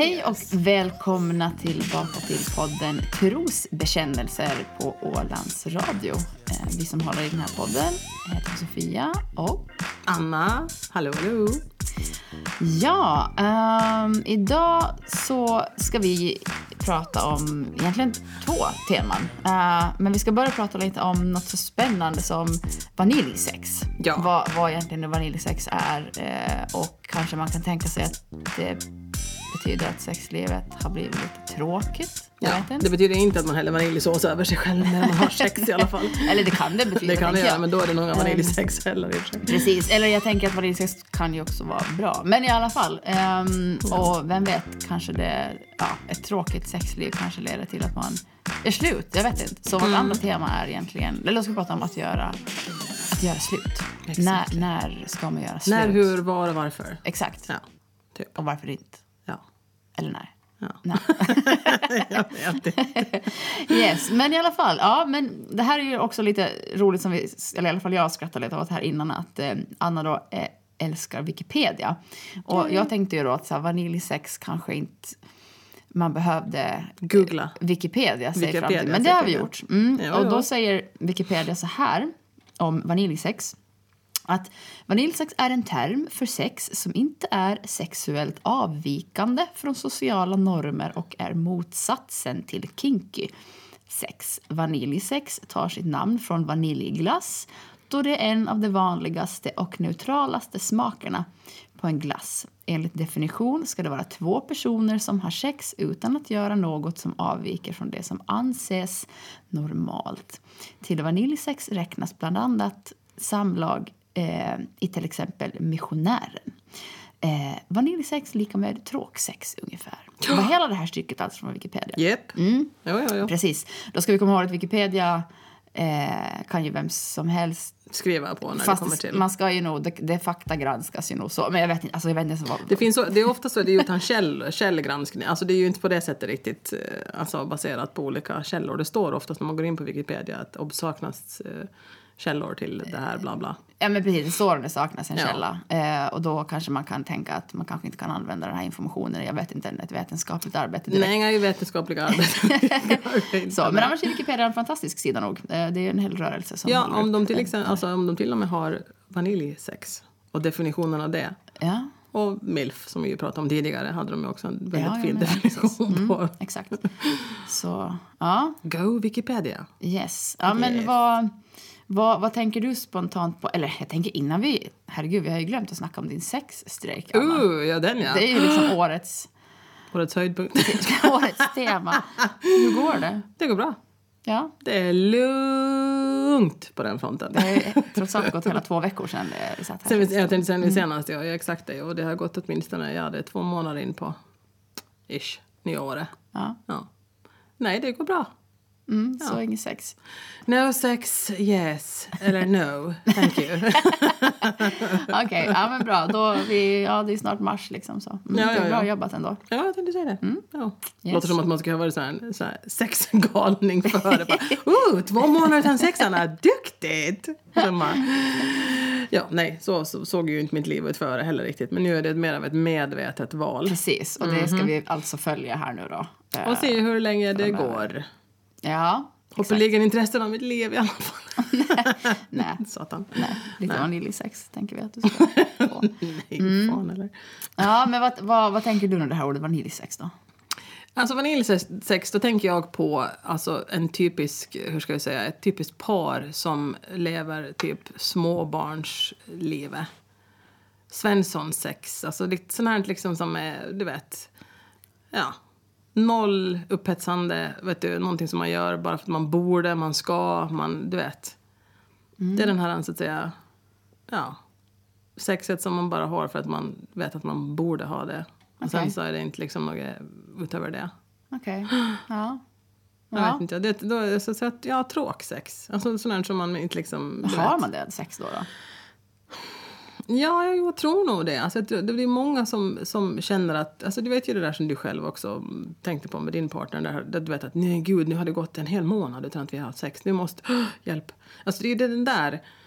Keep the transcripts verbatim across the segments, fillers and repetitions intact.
Hej yes. och välkomna tillbaka till podden Trosbekännelser på Ålands Radio. Vi som håller i den här podden heter Sofia och Anna. Hallå, hallå. Ja, um, idag så ska vi prata om egentligen två teman. Uh, men vi ska börja prata lite om något så spännande som vaniljsex. Ja. Vad, vad egentligen vaniljsex är. Uh, och kanske man kan tänka sig att det betyder att sexlivet har blivit lite tråkigt. Ja, det betyder inte att man häller vaniljsås över sig själv när man har sex i alla fall. Eller det kan det betyda. Det kan det göra, men då är det nog vaniljsex heller. Precis, eller jag tänker att vaniljsex kan ju också vara bra. Men i alla fall, um, och vem vet, kanske det, ja, ett tråkigt sexliv kanske leder till att man är slut. Jag vet inte. Så vårt mm. andra tema är egentligen, eller ska vi prata om att göra, att göra slut. När, när ska man göra slut? När, hur, var och varför. Exakt. Ja, typ. Och varför inte. Ja. Eller när. Ja. Nej. Jag vet inte. Yes, men i alla fall, ja, men det här är ju också lite roligt som vi, eller i alla fall jag skrattade lite åt här innan, att eh, Anna då eh, älskar Wikipedia. Och mm. jag tänkte ju då att så här, vaniljsex kanske inte man behövde googla Wikipedia, säger Wikipedia fram till. Men det har vi gjort. Mm. Ja, och ja. Då säger Wikipedia så här om vaniljsex. Att vaniljsex är en term för sex som inte är sexuellt avvikande från sociala normer och är motsatsen till kinky sex. Vaniljsex tar sitt namn från vaniljglass då det är en av de vanligaste och neutralaste smakerna på en glass. Enligt definition ska det vara två personer som har sex utan att göra något som avviker från det som anses normalt. Till vaniljsex räknas bland annat samlag Eh, i till exempel missionären. Eh, vaniljsex lika med tråksex ungefär. Det var hela det här stycket alltså från Wikipedia. Yep. Mm. Jo, jo, jo. Precis. Då ska vi komma ihåg att Wikipedia eh, kan ju vem som helst skriva på när fast det kommer till. Man ska ju nog, det, det fakta granskas ju nog så. Men jag vet inte, alltså jag vet inte vad. Det finns så, det är ofta så, det är ju utan käll, källgranskning. Alltså det är ju inte på det sättet riktigt alltså baserat på olika källor. Det står oftast när man går in på Wikipedia att det saknas eh, källor till det här bla bla. Ja, men precis, det står att det saknas en ja. källa. Eh, och då kanske man kan tänka att man kanske inte kan använda den här informationen. Jag vet inte, ett vetenskapligt arbete direkt. Nej, inga vetenskapliga arbete. Så, men annars är Wikipedia en fantastisk sida nog. Eh, det är ju en hel rörelse som ja, om de, till exempel, alltså, om de till och med har vaniljsex och definitionen av det. Ja. Och milf, som vi ju pratade om tidigare, hade de också en väldigt ja, fin ja, definition mm, på. Exakt. Så, ja. Go Wikipedia. Yes. Ja, men yes. vad... Vad, vad tänker du spontant på? Eller jag tänker innan vi... Herregud, vi har ju glömt att snacka om din sexstrejk, Anna. Uh, ja, den ja. Det är ju liksom årets... Årets höjdpunkt. årets tema. Hur går det? Det går bra. Ja. Det är lugnt på den fronten. Det är trots allt gått hela två veckor sedan vi satt här. Sen, jag tänkte sen vi senast, ja, exakt det. Och det har gått åtminstone, ja, det är två månader in på ish, nyåret. Ja. Ja. Nej, det går bra. Mm, ja. Så inget sex. No sex, yes. Eller no, thank you. Okej, okay, ja men bra. Då vi, ja, det är snart mars liksom så. Mm, ja, ja, det är bra ja. jobbat ändå. Ja, jag tänkte säga det. Mm. Ja. Yes. Låter som att man ska ha varit så här, så här sexgalning före. Bara, oh, två månader utan sex, Anna, duktigt! Ja, nej, så, så såg ju inte mitt liv ut före heller riktigt. Men nu är det mer av ett medvetet val. Precis, och det mm-hmm. ska vi alltså följa här nu då. Och se hur länge det går. Ja, hoppeligen intressen av mitt liv i alla fall. Nej, satan. Nej, lite vaniljsex tänker vi att du ska få. Nej, mm. fan eller. Ja, men vad, vad, vad tänker du när det här ordet vaniljsex då? Alltså vaniljsex, då tänker jag på alltså en typisk, hur ska jag säga, ett typiskt par som lever typ småbarnslivet. Svenssonsex, alltså lite sånt här liksom som är, du vet, ja, noll upphetsande, vet du, någonting som man gör bara för att man borde, man ska, man, du vet. Mm. Det är den här, så att säga, ja, sexet som man bara har för att man vet att man borde ha det. Och okay. Sen så är det inte liksom något utöver det. Okej, okay. Ja. Jag ja. vet inte, det, då är det så att, ja, tråksex. Alltså sådär som man inte liksom... Har man det sex då då? Ja, jag tror nog det. Alltså, det blir många som, som känner att... Alltså, du vet ju det där som du själv också tänkte på med din partner. Där, där du vet att, nej gud, nu har det gått en hel månad utan att vi har haft sex. Nu måste... Oh, hjälp. Alltså, det är ju den där...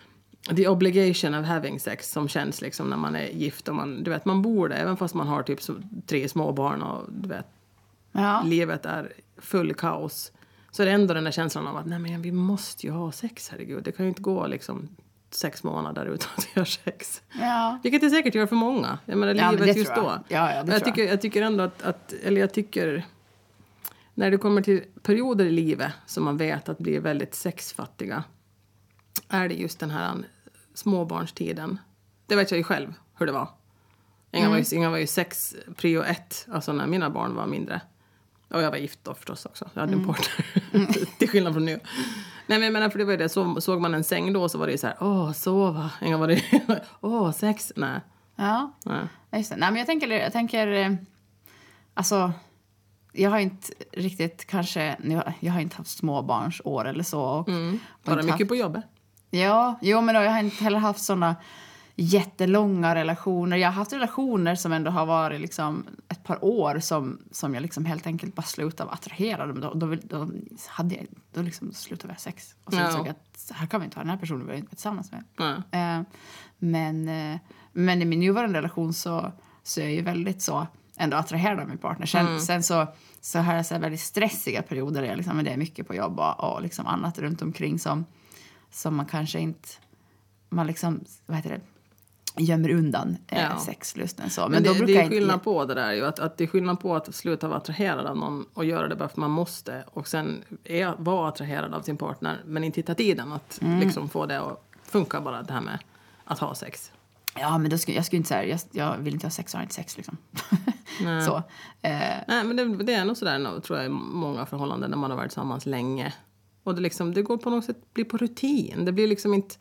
the obligation of having sex som känns liksom när man är gift och man, du vet, man borde, även fast man har typ så, tre små barn och du vet, Ja. livet är full kaos, så är det ändå den där känslan av att nej men vi måste ju ha sex, herregud, det kan ju inte gå liksom sex månader utan att vi har sex. Ja. Vilket det säkert gör för många. Jag menar, Ja, livet men det just tror då. jag. Ja, ja, det jag, tror tycker, jag tycker ändå att, att, eller jag tycker, när det kommer till perioder i livet som man vet att blir väldigt sexfattiga, är det just den här småbarnstiden. Det vet jag ju själv hur det var. Inga, mm. var, ju, inga var ju sex prio ett, alltså när mina barn var mindre. Och jag var gift då förstås också. Jag hade mm. en partner. Mm. Till skillnad från nu. Nej men jag menar, för det var det. Så, såg man en säng då så var det ju så här, åh, sova. Inga var det, åh, sex. Nej. Ja, Nej. Just det. Nej men jag tänker, jag tänker, alltså, jag har inte riktigt kanske, jag har inte haft småbarnsår eller så. Och, mm. Bara mycket haft, på jobbet. Ja, jo men då, jag har inte heller haft såna jättelånga relationer. Jag har haft relationer som ändå har varit liksom ett par år som, som jag liksom helt enkelt bara slutade attrahera dem. Då, då, då hade jag då liksom slutade vi ha sex. Och så ja. insåg jag att så här kan vi inte ha, den här personen vill jag inte vara tillsammans med. Mm. Eh, men, eh, men i min nuvarande relation så, så är jag ju väldigt så ändå attraherad av min partner. Sen, mm. sen så, så har jag så här väldigt stressiga perioder där jag liksom, men det är mycket på jobb och, och liksom annat runt omkring som, som man kanske inte man liksom, vad heter det, gömmer undan eh, ja. sexlusten. Så. Men, men det, då brukar det är inte... skillnad på det där ju. Att, att det är skillnad på att sluta vara attraherad av någon och göra det bara för man måste. Och sen är, vara attraherad av sin partner. Men inte hitta tiden att mm. liksom få det att funka bara det här med att ha sex. Ja, men då skulle, jag skulle inte säga, jag, jag vill inte ha sex och har inte sex liksom. Nej. så. Eh. Nej, men det, det är nog sådär, tror jag, i många förhållanden när man har varit tillsammans länge. Och det, liksom, det går på något sätt, blir på rutin. Det blir liksom inte...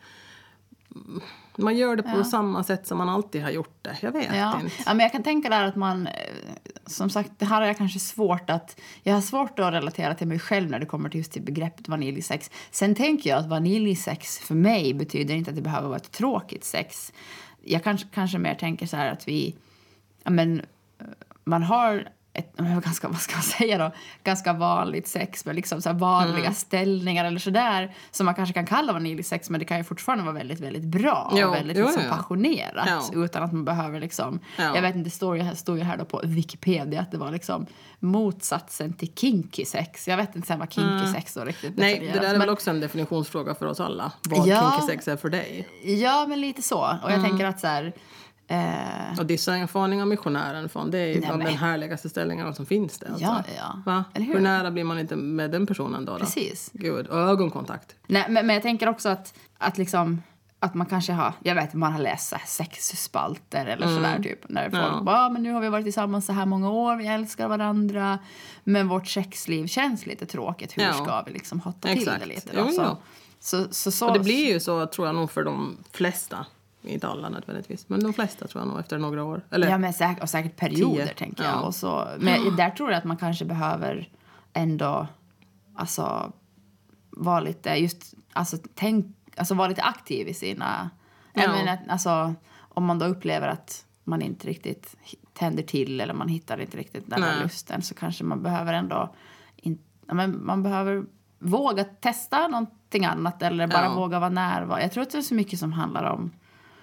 Man gör det på ja. samma sätt som man alltid har gjort det. Jag vet ja. inte. Ja, men jag kan tänka där att man... Som sagt, det här har jag kanske svårt att... Jag har svårt att relatera till mig själv när det kommer till just till begreppet vaniljsex. Sen tänker jag att vaniljsex för mig betyder inte att det behöver vara ett tråkigt sex. Jag kanske, kanske mer tänker så här att vi... Ja, men man har... Ett, ganska, vad ska man säga då? Ganska vanligt sex med liksom så här vanliga mm. ställningar eller sådär som man kanske kan kalla vaniljsex, men det kan ju fortfarande vara väldigt, väldigt bra jo, och väldigt jo, liksom, ja. passionerat ja. utan att man behöver liksom, ja. jag vet inte, det står ju, här, står ju här då på Wikipedia att det var liksom motsatsen till kinky sex. Jag vet inte sen vad kinky mm. sex då riktigt. Nej, det där är men, väl också en definitionsfråga för oss alla. Vad ja, kinky sex är för dig. Ja, men lite så. Och jag mm. tänker att så här... Eh. Och dissa en farning av missionären från det är ju bland den härligaste ställningarna som finns det. Alltså. Ja, ja. Va? Hur? Hur nära blir man inte med den personen då? då? Precis. Gud, och ögonkontakt. Nej, men, men jag tänker också att, att liksom att man kanske har, jag vet man har läst sexspalter eller mm. sådär typ. När folk ja. bara, men nu har vi varit tillsammans så här många år, vi älskar varandra. Men vårt sexliv känns lite tråkigt. Hur ja. ska vi liksom hotta till Exakt. det lite då? Jo, så, ja. så, så, så, och det blir ju så, tror jag nog, för de flesta. Inte alla nödvändigtvis, men de flesta tror jag nog efter några år. Eller ja, men säkert, och säkert perioder tio. tänker jag. Ja. Och så, men där tror jag att man kanske behöver ändå alltså, vara lite, just, alltså, tänk, alltså vara lite aktiv i sina... Ja. Jag menar, alltså, om man då upplever att man inte riktigt tänder till eller man hittar inte riktigt den här lusten, så kanske man behöver ändå... In, ja, men man behöver våga testa någonting annat eller bara ja. våga vara närvarande. Jag tror att det är så mycket som handlar om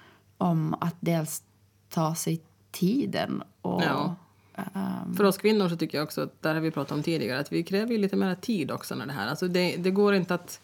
om att dels ta sig tiden och... Ja. Um, för oss kvinnor så tycker jag också, att där har vi pratat om tidigare, att vi kräver ju lite mer tid också när det här. Alltså det, det går inte att...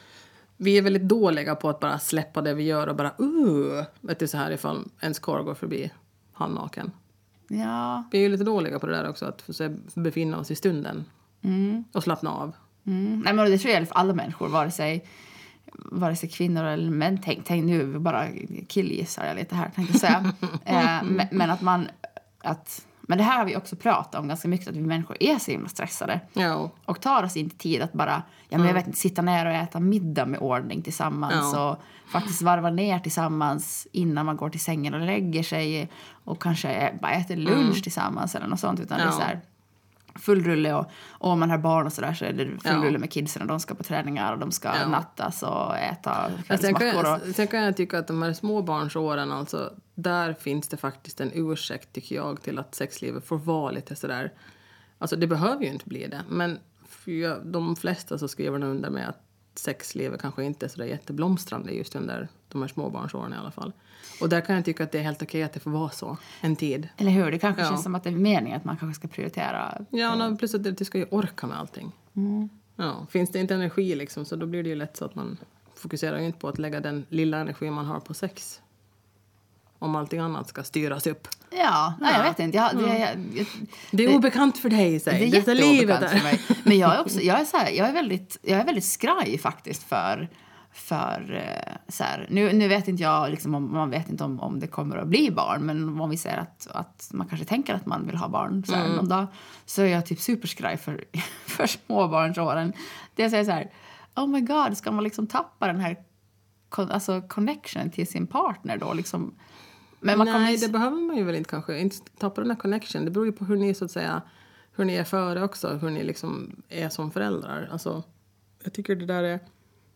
Vi är väldigt dåliga på att bara släppa det vi gör och bara... Uh, vet du, så här ifall ens korv går förbi halvnaken. Ja. Vi är ju lite dåliga på det där också, att befinna oss i stunden. Mm. Och slappna av. Mm. Nej, men det tror jag för alla människor, vare sig... vare sig kvinnor eller män. Tänk, tänk nu, bara killgissar jag lite här, tänkte jag säga. eh, men, men att man... Att, men det här har vi också pratat om ganska mycket, att vi människor är så himla stressade. Ja. Och tar oss inte tid att bara, ja men jag vet inte, sitta ner och äta middag med ordning tillsammans. Ja. Och faktiskt varva ner tillsammans innan man går till sängen och lägger sig. Och kanske bara äter lunch mm. tillsammans eller något sånt. Utan ja. det är så här... full rulle och, och om man har barn och sådär så är det full ja. rulle med kidsen och de ska på träningar och de ska ja. nattas och äta kvällsmackor. Och... Sen kan jag tycka att de här småbarnsåren, alltså, där finns det faktiskt en ursäkt tycker jag till att sexlivet får vara lite sådär, alltså det behöver ju inte bli det, men för de flesta så skriver de under med att sexlivet kanske inte är så där jätteblomstrande just under de här småbarnsåren i alla fall. Och där kan jag tycka att det är helt okej att det får vara så en tid. Eller hur? Det kanske Ja. känns som att det är meningen att man kanske ska prioritera. Ja, no, plus att du ska ju orka med allting. Mm. Ja, finns det inte energi liksom, så då blir det ju lätt så att man fokuserar ju inte på att lägga den lilla energi man har på sex. Om allting annat ska styras upp. Ja, nej, jag vet inte. Jag, det, jag, jag, Det är obekant för dig, säg. det är Detta livet jätteobekant där. för mig. Men jag är också, jag är så här, jag är väldigt, jag är väldigt skraj faktiskt för, för eh, så här, nu, nu vet inte jag liksom, om, man vet inte om, om det kommer att bli barn, men om vi säger att, att man kanske tänker att man vill ha barn så här, Mm. någon dag, så är jag typ superskraj för, för småbarnsåren. Det jag säger så här, oh my god, ska man liksom tappa den här kon, alltså connection till sin partner då liksom? Men man Nej, kommer, det behöver man ju väl inte kanske. Inte tappa den här connection. Det beror ju på hur ni så att säga, hur ni är före också. Hur ni liksom är som föräldrar. Alltså, jag tycker det där är...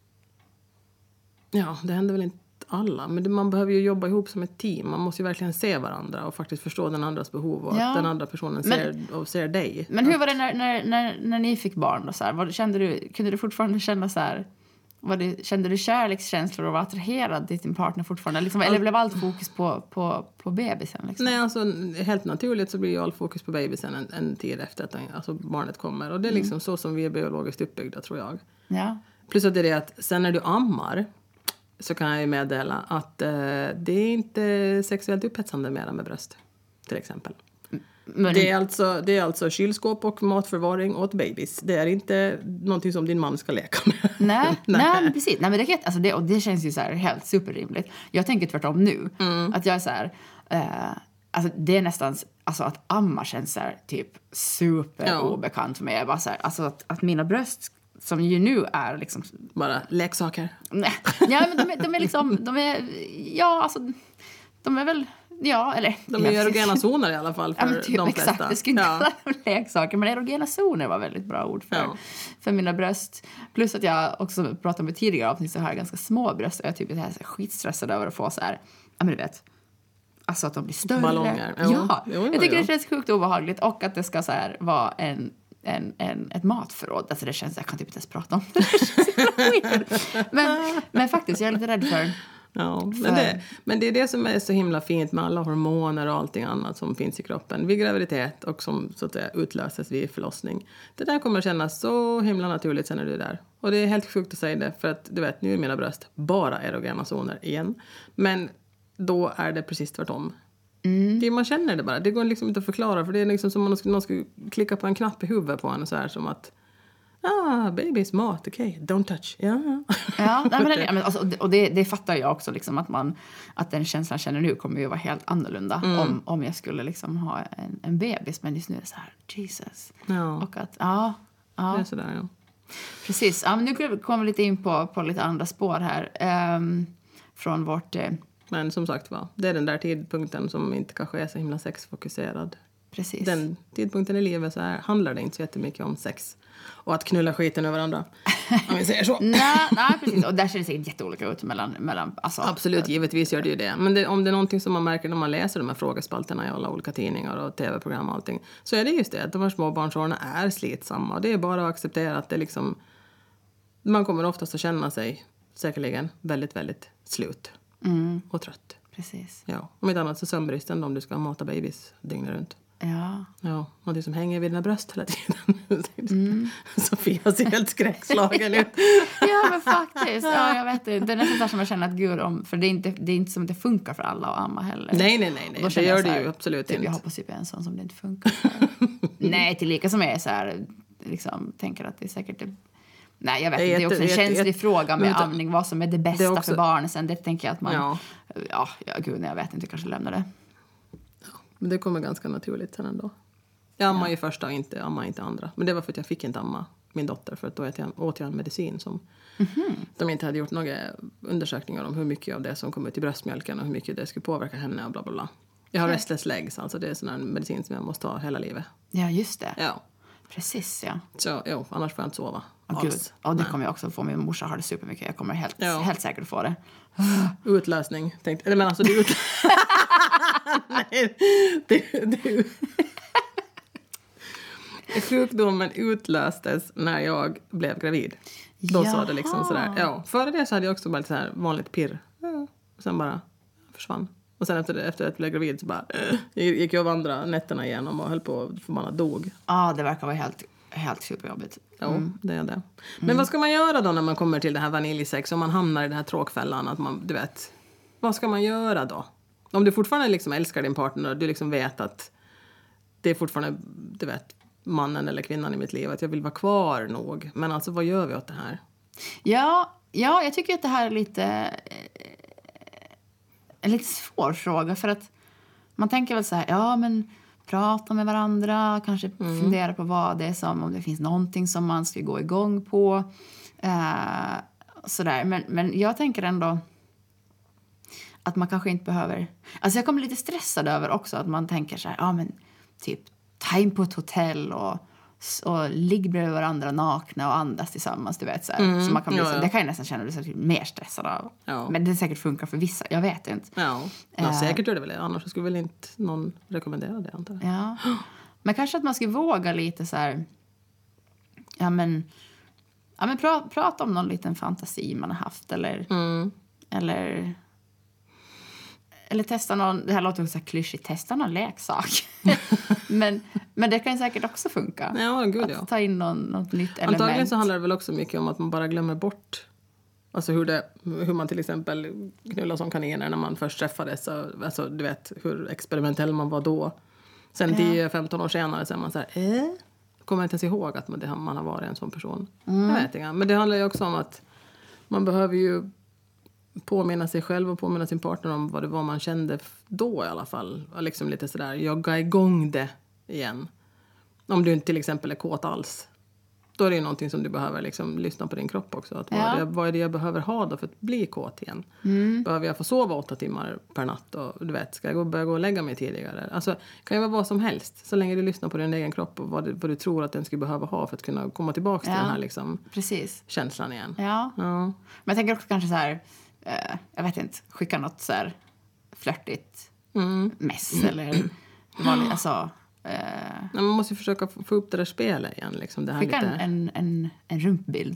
Ja, det händer väl inte alla. Men det, man behöver ju jobba ihop som ett team. Man måste ju verkligen se varandra och faktiskt förstå den andras behov. Och Ja. att den andra personen Men- ser, och ser dig. Men hur var det när, när, när, när ni fick barn då, så här? Vad, kände du, kunde du fortfarande känna så här, var det, kände du kärlekskänslor och var attraherad till din partner fortfarande? Liksom, eller blev allt fokus på, på, på bebisen? Liksom? Nej, alltså helt naturligt så blir ju all fokus på bebisen en, en tid efter att den, alltså, barnet kommer. Och det är liksom så som vi är biologiskt uppbyggda, tror jag. Ja. Plus att det är det att sen när du ammar så kan jag ju meddela att eh, det är inte sexuellt upphetsande mera med bröst, till exempel. Men, Det är, alltså, det är alltså kylskåp och matförvaring åt babys. Det är inte någonting som din man ska leka med. nej, nej, men precis. Nej, men det, kan- alltså det, och det känns ju så här helt superrimligt. Jag tänker tvärtom nu. Mm. Att jag är så här... Eh, alltså det är nästan... Alltså att amma känns så här, typ superobekant för mig. Jag är bara så här, alltså att, att mina bröst, som ju nu är liksom... Bara leksaker. Nej, ja, men de är, de är liksom... De är, ja, alltså... De är väl... Ja, eller... De är ju ja, erogena zoner i alla fall för Ja, men typ, de flesta. exakt, jag skulle inte Ja. kalla dem leksaker. Men erogena zoner var väldigt bra ord för, Ja. för mina bröst. Plus att jag också pratade med tidigare avsnitt så har jag ganska små bröst. Och jag typ är så här skitstressad över att få så här... Ja, men du vet... Alltså att de blir större. Ballonger. Jo. Ja, Jo, jo, jag tycker jo. det känns sjukt obehagligt. Och att det ska så här vara en... En, en, ett matförråd. Alltså det känns... Jag kan typ inte ens prata om det. Det känns så jävla weird. men, men faktiskt, jag är lite rädd för... Ja, För- men det, men det är det som är så himla fint med alla hormoner och allting annat som finns i kroppen vid graviditet och som så att säga utlöses vid förlossning. Det där kommer att kännas så himla naturligt sen när du är där. Och det är helt sjukt att säga det för att du vet, nu är mina bröst bara erogena zoner igen. Men då är det precis tvärtom. Mm. Det, man känner det bara. Det går liksom inte att förklara för det är liksom som om någon skulle, någon skulle klicka på en knapp i huvudet på en så här som att ah, babys mat, okej, okay. Don't touch. Ja. Ja, nej, men, det, men alltså, och det, det fattar jag också liksom, att, man, att den känslan jag känner nu kommer ju vara helt annorlunda Mm. om, om jag skulle liksom ha en, en bebis. Men just nu är det så här, Jesus. Ja, Och att, ja, det är ja sådär, ja. precis. Ja, men nu kommer vi lite in på, på lite andra spår här. Ehm, från vårt, eh, Men som sagt va, det är den där tidpunkten som inte kanske är så himla sexfokuserad. precis. Den tidpunkten i livet så här, handlar det inte så jättemycket om sex. Och att knulla skiten över varandra. Om vi säger så. nej, nej, precis. Och där ser det säkert jätteolika ut mellan, mellan alltså, Absolut, givetvis gör det ju det. Men det, om det är någonting som man märker när man läser de här frågespalterna i alla olika tidningar och tv-program och allting. Så är det just det, att de här småbarnsåren är slitsamma. Och det är bara att acceptera att det liksom... Man kommer oftast att känna sig säkerligen väldigt, väldigt slut. Mm, Och trött. precis. Ja, om inte annat så sömnbristen om du ska mata babys dygnet runt. Ja. Ja, något som hänger vid dina bröst hela tiden. Mm. Sofia ser helt skräckslagen ut. Ja, men faktiskt. Ja, jag vet det. Det är nästan så som jag känner att gud om... För det är inte, det är inte som det funkar för alla att amma heller. Nej, nej, nej. nej. Då Det känner gör jag så det här, ju absolut typ, inte. jag hoppas typ jag är en sån som det inte funkar för. Nej, tillika som jag är så här... Liksom, tänker att det är säkert... Det, nej, jag vet Det är inte. Det är jätte- också en jätte- känslig jätte- fråga med Vänta. amning. Vad som är det bästa Det är också- för barnen. Sen det tänker jag att man... Ja. Ja, ja gud, nej, jag vet inte. Kanske lämnar det. Men det kommer ganska naturligt sen ändå. Jag ammar ju första och inte, ammar inte andra. Men det var för att jag fick inte amma min dotter. För att då åt jag, åt jag en medicin som... Mm-hmm. De inte hade gjort några undersökningar om hur mycket av det som kom ut i bröstmjölken. Och hur mycket det skulle påverka henne och bla bla bla. Jag har Nej. restless legs, alltså det är sån här medicin som jag måste ha hela livet. Ja, just det. Ja. Precis, ja. Så jo, annars får jag inte sova. Oh, gud. alls. Ja, det Nej. kommer jag också få. Min morsa har det supermycket. Jag kommer helt, Ja. helt säkert få det. Utlösning, tänkte eller men alltså det ut... Nej, det, det... Sjukdomen utlöstes när jag blev gravid. Då sa det liksom sådär. Ja, före det så hade jag också bara lite så här vanligt pirr. Ja. Och sen bara försvann. Och sen efter, efter att jag blev gravid så bara gick jag och vandrade nätterna igenom och höll på för man dog. Ja, det verkar vara helt, helt superjobbigt. Mm. Ja, det är det. Men mm. vad ska man göra då när man kommer till det här vaniljsex och man hamnar i den här tråkfällan att man, du vet, vad ska man göra då? Om du fortfarande liksom älskar din partner och du liksom vet att det är fortfarande, du vet, mannen eller kvinnan i mitt liv, att jag vill vara kvar nog. Men alltså, vad gör vi åt det här? Ja, ja jag tycker att det här är lite en lite svår fråga, för att man tänker väl så här, ja men prata med varandra, kanske mm. fundera på vad det är som, om det finns någonting som man ska gå igång på. Eh, sådär. Men, men jag tänker ändå att man kanske inte behöver... Alltså jag kommer lite stressad över också att man tänker så här, ja men typ ta in på ett hotell och, och ligga bredvid varandra nakna och andas tillsammans, du vet så här. Mm. Så man kan bli ja, så, ja. Det kan jag nästan känna sig mer stressad av. Ja. Men det säkert funkar för vissa, jag vet inte. Ja, ja uh, säkert gör det väl. Annars skulle väl inte någon rekommendera det, antar jag. Ja. Men kanske att man ska våga lite så här, ja men ja men pra, prata om någon liten fantasi man har haft eller mm. eller eller testa någon, det här låter också klyschigt, testa någon leksak. men, men det kan säkert också funka. Ja, gud, ja. Att ta in någon, något nytt element. Antagligen så handlar det väl också mycket om att man bara glömmer bort. Alltså hur, det, hur man till exempel knullar som kaniner när man först träffades. Alltså du vet hur experimentell man var då. Sen tio femton år senare så är man så här, eh? Kommer inte ens ihåg att man, man har varit en sån person. Mm. Jag vet inte. Men det handlar ju också om att man behöver ju påminna sig själv och påminna sin partner om vad det var man kände då i alla fall. Och liksom lite sådär, jogga igång det igen. Om du inte till exempel är kåt alls. Då är det ju någonting som du behöver liksom lyssna på din kropp också. Att vad, ja. är det, vad är det jag behöver ha då för att bli kåt igen? Mm. Behöver jag få sova åtta timmar per natt? Och du vet, ska jag gå, börja gå och lägga mig tidigare? Alltså, kan ju vara vad som helst. Så länge du lyssnar på din egen kropp och vad du, vad du tror att den skulle behöva ha för att kunna komma tillbaka ja. till den här liksom, Precis. känslan igen. Ja. ja. Men jag tänker också kanske så här, eh, jag vet inte, skicka något så här flörtigt mm. mess mm. eller vanligt, alltså... Uh, man måste ju försöka få upp det där spelet igen. Liksom, det här skicka lite... en, en, en rumpbild.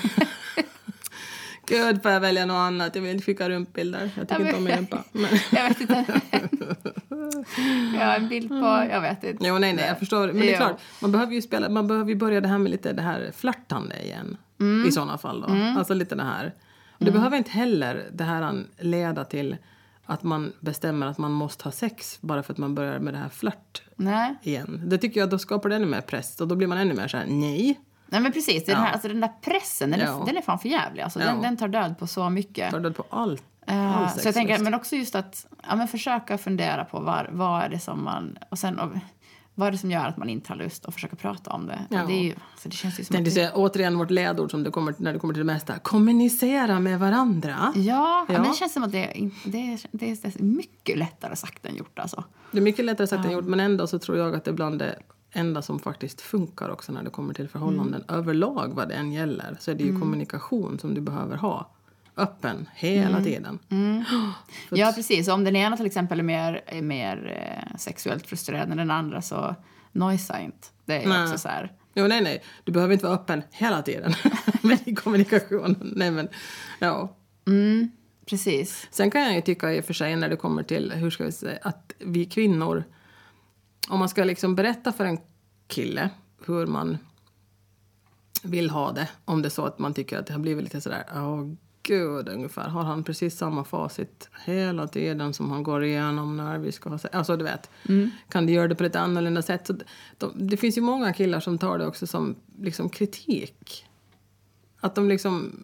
Gud, får jag välja något annat? Jag vill inte skicka rumpbilder. Jag tycker jag inte om rumpa. Men... jag vet inte. Ja, en bild på, jag vet inte. Jo, nej, nej, jag förstår. Men det är klart, man behöver ju spela, man behöver ju börja det här med lite det här flörtande igen. Mm. I sådana fall då. Mm. Alltså lite det här. Och det mm. behöver inte heller det här leda till att man bestämmer att man måste ha sex bara för att man börjar med det här flört nej. igen. Det tycker jag, då skapar det ännu mer press. Och då blir man ännu mer så här, nej. Nej men precis, den, här, ja. alltså, den där pressen, den, ja. är, den är fan för jävlig. Alltså, ja. den, den tar död på så mycket. Tar död på allt. Uh, all så jag tänker, men också just att ja, men försöka fundera på var, vad är det som man... Och sen... Och, vad är det som gör att man inte har lust att försöka prata om det? Ja. Det, är ju, så det känns ju som att... säga, återigen vårt ledord som det kommer, när det kommer till det mesta. Kommunicera med varandra. Ja, ja. Men det känns som att det, det, det är mycket lättare sagt än gjort. Alltså. Det är mycket lättare sagt ja. än gjort. Men ändå så tror jag att det är bland det enda som faktiskt funkar också när det kommer till förhållanden. Mm. Överlag vad det än gäller så är det ju mm. kommunikation som du behöver ha. Öppen hela mm. tiden. Mm. Ja, precis. Om den ena till exempel är mer, är mer eh, sexuellt frustrerad än den andra så nojsa inte. Det är nej. också så här. Jo, nej, nej. Du behöver inte vara öppen hela tiden med kommunikation. Nej, men ja. Mm, precis. Sen kan jag ju tycka i och för sig när det kommer till, hur ska vi säga, att vi kvinnor, om man ska liksom berätta för en kille hur man vill ha det, om det är så att man tycker att det har blivit lite sådär, åh, gud, ungefär. Har han precis samma facit hela tiden som han går igenom när vi ska ha sex? Alltså, du vet. Mm. Kan du göra det på ett annorlunda sätt? Så de, det finns ju många killar som tar det också som liksom kritik. Att de liksom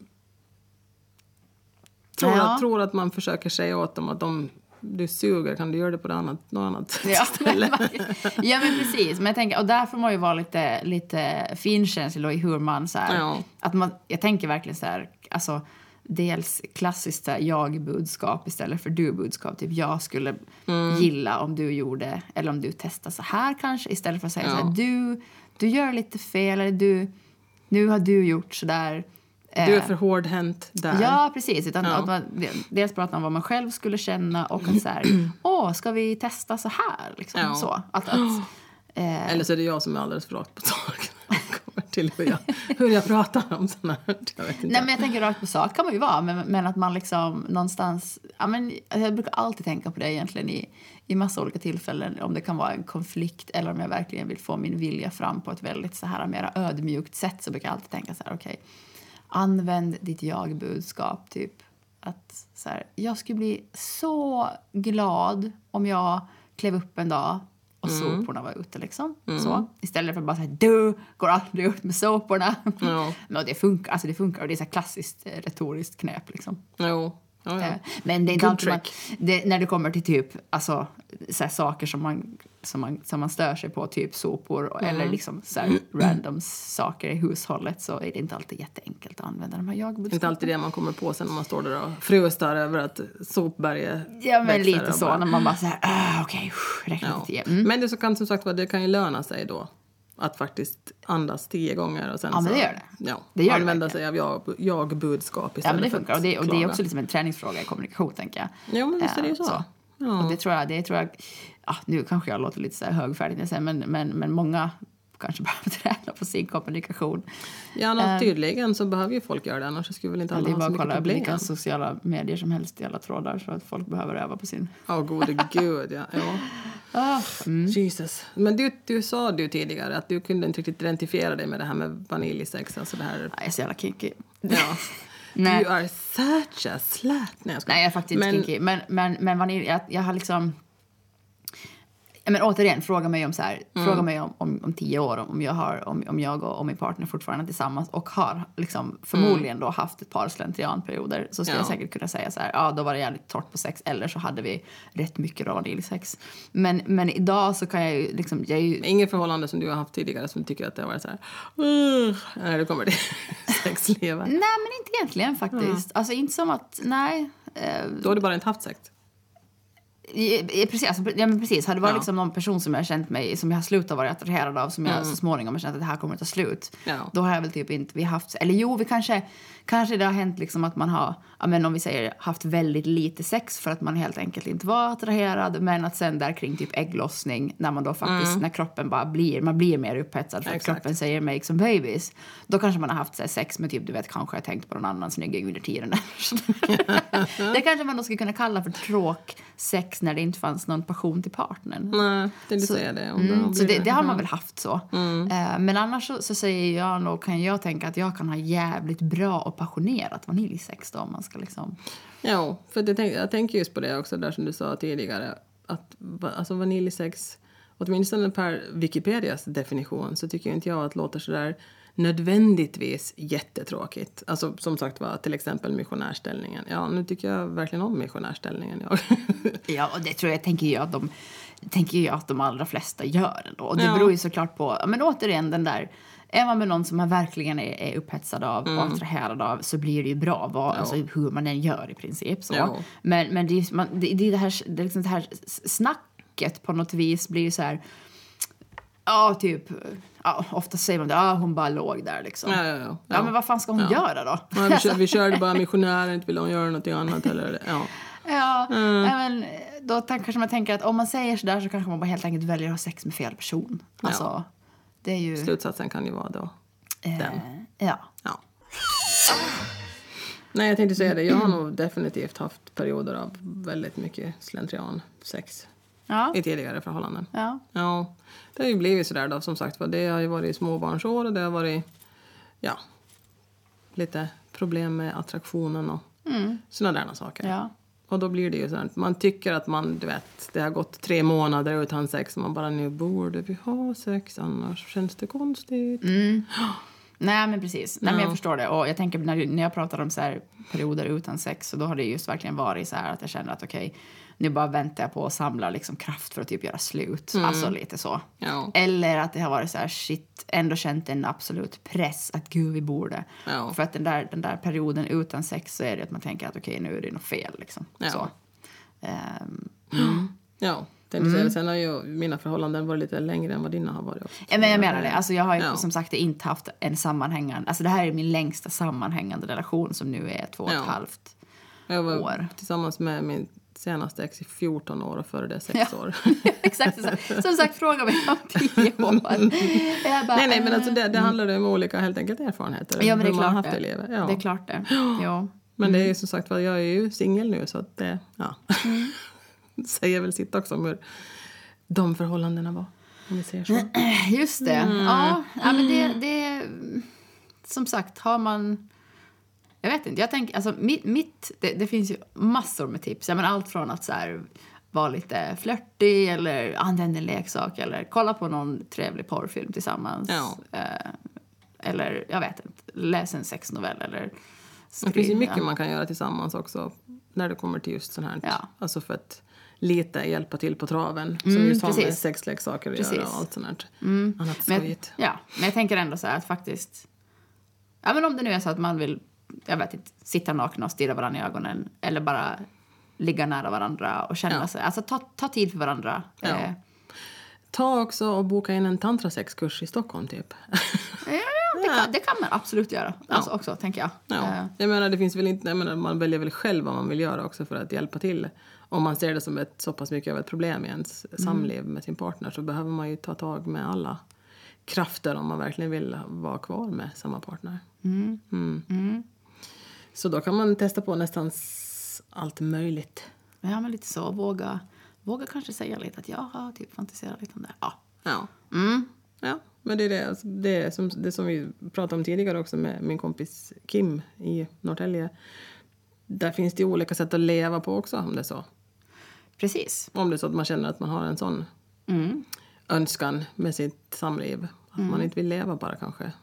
tror, ja. att, tror att man försöker säga åt dem att de, du suger, kan du göra det på det annat, något annat ja, ställe? Men, ja, men precis. Men jag tänker, och där får man ju vara lite, lite finkänslig i hur man så här, ja. att man, jag tänker verkligen så här, alltså dels klassiskt jag-budskap istället för du-budskap. Typ jag skulle mm. gilla om du gjorde, eller om du testar så här kanske, istället för att säga ja. så här, du, du gör lite fel, eller du, nu har du gjort så där. Du är för hårdhänt där. Ja, precis. Utan ja. Att man dels pratar om vad man själv skulle känna och att så här, åh, ska vi testa så här? Liksom, ja. så. Att, att, eh, eller så är det jag som är alldeles för rakt på taget. till hur jag, hur jag pratar om sådana här. Jag vet inte. Nej, men jag tänker rakt på sak kan man ju vara. Men, men att man liksom någonstans... Ja, men jag brukar alltid tänka på det egentligen i, i massa olika tillfällen. Om det kan vara en konflikt eller om jag verkligen vill få min vilja fram på ett väldigt så här mera ödmjukt sätt. Så brukar jag alltid tänka så här, okej. Okay, använd ditt jag-budskap typ. Att så här, jag skulle bli så glad om jag klev upp en dag och mm. soporna var ute liksom. Mm. Så, istället för att bara säga du går aldrig ut med soporna. Ja. Men det funkar, alltså det funkar och det är så här klassiskt retoriskt knep liksom. Jo. Ja, ja. Men det är inte alltid man, det, när det kommer till typ alltså, så här saker som man, som, man, som man stör sig på, typ sopor mm. eller liksom så här random saker i hushållet, så är det inte alltid jätteenkelt att använda de här jagbudskapen. Inte alltid det man kommer på sen när man står där och frustar över att sopberget ja, men lite så bara... när man bara så här, ah, okej, okay, räcker ja. till. Mm. Men det så kan som sagt vara, det kan ju löna sig då att faktiskt andas tio gånger och sen ja, men det gör det. Ja, det gör använda det sig av jag, jag-budskap istället. Ja, men det funkar. Och det, och det är också klaga. liksom en träningsfråga i kommunikation, tänker jag. Ja, men visst är det ju så. så. Ja. Och det tror jag, det tror jag ja, nu kanske jag låter lite så här högfärdig, men, men, men många kanske behöver träna på sin kommunikation. Ja, no, tydligen så behöver ju folk göra det, annars skulle väl inte alla ja, ha så mycket problem. Det är bara att kolla vilka sociala medier som helst i alla trådar, så att folk behöver öva på sin... Åh, oh, gode gud, ja. ja. Ah, mm. Jesus. Men du, du sa du tidigare att du kunde inte riktigt identifiera dig med det här med vaniljsex. Alltså det här... Jag är så jävla kinky. Ja. Nej. You are such a slut. Nej, jag, Nej, jag är faktiskt men... inte kinky. Men, men, men vanilj, jag, jag har liksom... Men återigen, fråga mig om så här, mm. fråga mig om, om, om tio år om jag, har, om, om jag och, och min partner fortfarande tillsammans och har liksom förmodligen mm. då haft ett par slentrianperioder, så ska ja. jag säkert kunna säga så här, ja då var det jävligt torrt på sex, eller så hade vi rätt mycket vaniljsex. Men, men idag så kan jag ju liksom... Jag är ju... Ingen förhållande som du har haft tidigare som tycker att det har varit så här, uh, när det kommer till sexleva? Nej, men inte egentligen faktiskt. Mm. Alltså inte som att, nej. Eh... Då har du bara inte haft sex? Precis, alltså, ja, men precis. Hade det varit ja. liksom någon person som jag känt mig, som jag har slutat vara attraherad av, som jag mm. så småningom har känt att det här kommer att ta slut, ja. då har jag väl typ inte vi haft, eller jo, vi kanske kanske det har hänt liksom att man har, ja, men om vi säger haft väldigt lite sex för att man helt enkelt inte var attraherad, men att sen där kring typ ägglossning, när man då faktiskt mm. när kroppen bara blir, man blir mer upphetsad för att Exakt. kroppen säger make some babies, då kanske man har haft så här, sex med typ, du vet, kanske jag tänkt på någon annan snygging under tiden. Det kanske man då skulle kunna kalla för tråk sex när det inte fanns någon passion till partnern. Nej, det vill säga det. Mm, så det, det har man väl haft så. Mm. Uh, men annars så, så säger jag nog, kan jag tänka att jag kan ha jävligt bra och passionerat vaniljsex då, om man ska liksom... Ja, för det, jag tänker just på det också där som du sa tidigare, att alltså vaniljsex, åtminstone per Wikipedias definition, så tycker inte jag att det låter så där nödvändigtvis jättetråkigt. Alltså som sagt var, till exempel missionärställningen. Ja, nu tycker jag verkligen om missionärställningen. Jag. Ja, och det tror jag, tänker jag att de, tänker jag att de allra flesta gör ändå. Och det ja. beror ju såklart på, men återigen den där, är man med någon som man verkligen är, är upphetsad av mm. och attraherad av, så blir det ju bra, vad, alltså, hur man än gör i princip. Så. Ja. Men, men det, är, man, det, det, är det, här, det, är liksom det här snacket på något vis blir så här... Ja, typ... Ja, ofta säger man det, ja, hon bara låg där liksom. Ja, ja, ja. Ja, ja men vad fan ska hon ja. göra då? Ja, vi, kör, vi körde bara missionären, inte vill hon göra något annat eller... Ja, ja mm. men då kanske man tänker att om man säger så där så kanske man bara helt enkelt väljer att ha sex med fel person. Alltså, ja. det är ju... Slutsatsen kan ju vara då eh, den. Ja. Ja. Nej, jag tänkte säga det. Jag har nog definitivt haft perioder av väldigt mycket slentrian sex. Ja. I tidigare förhållanden. Ja. Ja. Det har ju blivit sådär då, som sagt. Det har ju varit småbarnsår och det har varit, ja, lite problem med attraktionen och mm. sådana där saker. Ja. Och då blir det ju sådär, man tycker att man, du vet, det har gått tre månader utan sex och man bara, nu borde vi ha sex, annars känns det konstigt. Mm. Nej, men precis. Nej, ja. men jag förstår det. Och jag tänker, när, när jag pratar om så här perioder utan sex, så då har det just verkligen varit så här att jag känner att okej, okay, nu bara väntar jag på att samla liksom kraft för att typ göra slut. Mm. Alltså lite så. Ja. Eller att det har varit så här, shit, ändå känt en absolut press att gud, vi borde. Ja. För att den där, den där perioden utan sex, så är det att man tänker att okej, okay, nu är det något fel liksom. Ja. Så. Um, mm. Ja. Mm. Sen har ju mina förhållanden varit lite längre än vad dina har varit också. Ja, men jag menar det. Alltså jag har ju ja. som sagt inte haft en sammanhängande... Alltså det här är min längsta sammanhängande relation som nu är två och ja. ett halvt jag var år. Tillsammans med min senaste ex i fjorton år och före det sex Ja. år. Exakt. Som sagt, fråga mig om tio år. Jag bara, nej, nej, men alltså det, det mm. handlar ju om olika helt enkelt erfarenheter. Ja, men det är hur man har klart haft det. det i livet. Ja. Det är klart det. Ja. Men det är ju som sagt, jag är ju singel nu så att det, ja. Mm. säger väl sitt också om hur de förhållandena var. Om vi säger så. Just det. Mm. Ja, ja, men det, det... Som sagt, har man... Jag vet inte, jag tänker... Alltså, mitt, mitt, det, det finns ju massor med tips. Jag menar, allt från att så här, vara lite flörtig eller använda en leksak eller kolla på någon trevlig porrfilm tillsammans. Ja. Eh, eller, jag vet inte, läsa en sexnovell eller... Skriva. Det finns ju mycket man kan göra tillsammans också när det kommer till just sån här. Ja. Alltså för att lite hjälpa till på traven. Mm, som just har precis. med sexleksaker att Precis. göra och allt sånt här. Mm. Annat men, skojigt. ja, men jag tänker ändå så här att faktiskt... Ja, men om det nu är så att man vill, jag vet inte, sitta nakna och stirra varandra i ögonen. Eller bara ligga nära varandra och känna Ja. sig... Alltså ta, ta tid för varandra. Ja. Eh, Ta också och boka in en tantrasexkurs i Stockholm typ. ja, det, kan, det kan man absolut göra. Alltså Ja. också, tänker jag. Ja. Eh, Jag menar, det finns väl inte, jag menar, man väljer väl själv vad man vill göra också för att hjälpa till. Om man ser det som ett, så pass mycket av ett problem i ens mm. samliv med sin partner så behöver man ju ta tag med alla krafter om man verkligen vill vara kvar med samma partner. mm. Mm. Mm. Så då kan man testa på nästan s- allt möjligt. Ja, men lite så. Våga, våga kanske säga lite att jag har typ fantiserat lite om det. Ja. Ja. Mm. Ja, men det är det, alltså, det, är som, det som vi pratade om tidigare också med min kompis Kim i Norrtälje. Där finns det ju olika sätt att leva på också om det är så. Precis. Om det är så att man känner att man har en sån Mm. önskan med sitt samliv. Att Mm. man inte vill leva bara kanske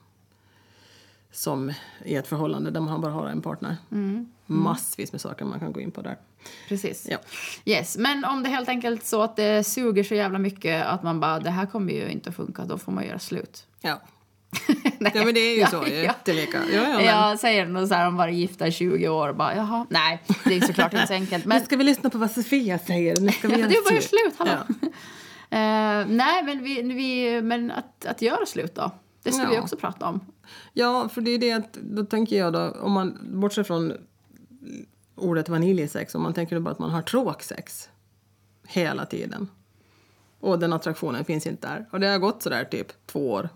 som i ett förhållande där man bara har en partner. Mm. Massvis med saker man kan gå in på där. Precis. Ja. Yes, men om det helt enkelt så att det suger så jävla mycket att man bara, det här kommer ju inte att funka, då får man göra slut. Ja. Nej. Ja, men det är ju Ja, så. ja. Tillika. Ja, ja, men... Jag säger nog så här om bara gifta i tjugo år, bara, jaha, nej, det är såklart inte så enkelt. Men Nu ska vi lyssna på vad Sofia säger. Nu ska vi ja, göra det är bara slut. slut, hallå. Ja. Eh, nej, men, vi, vi, men att, att göra slut då, det ska Ja. vi också prata om. Ja, för det är det att, då tänker jag då, om man bortser från ordet vaniljesex, om man tänker då bara att man har tråksex hela tiden. Och den attraktionen finns inte där. Och det har gått så där typ två år.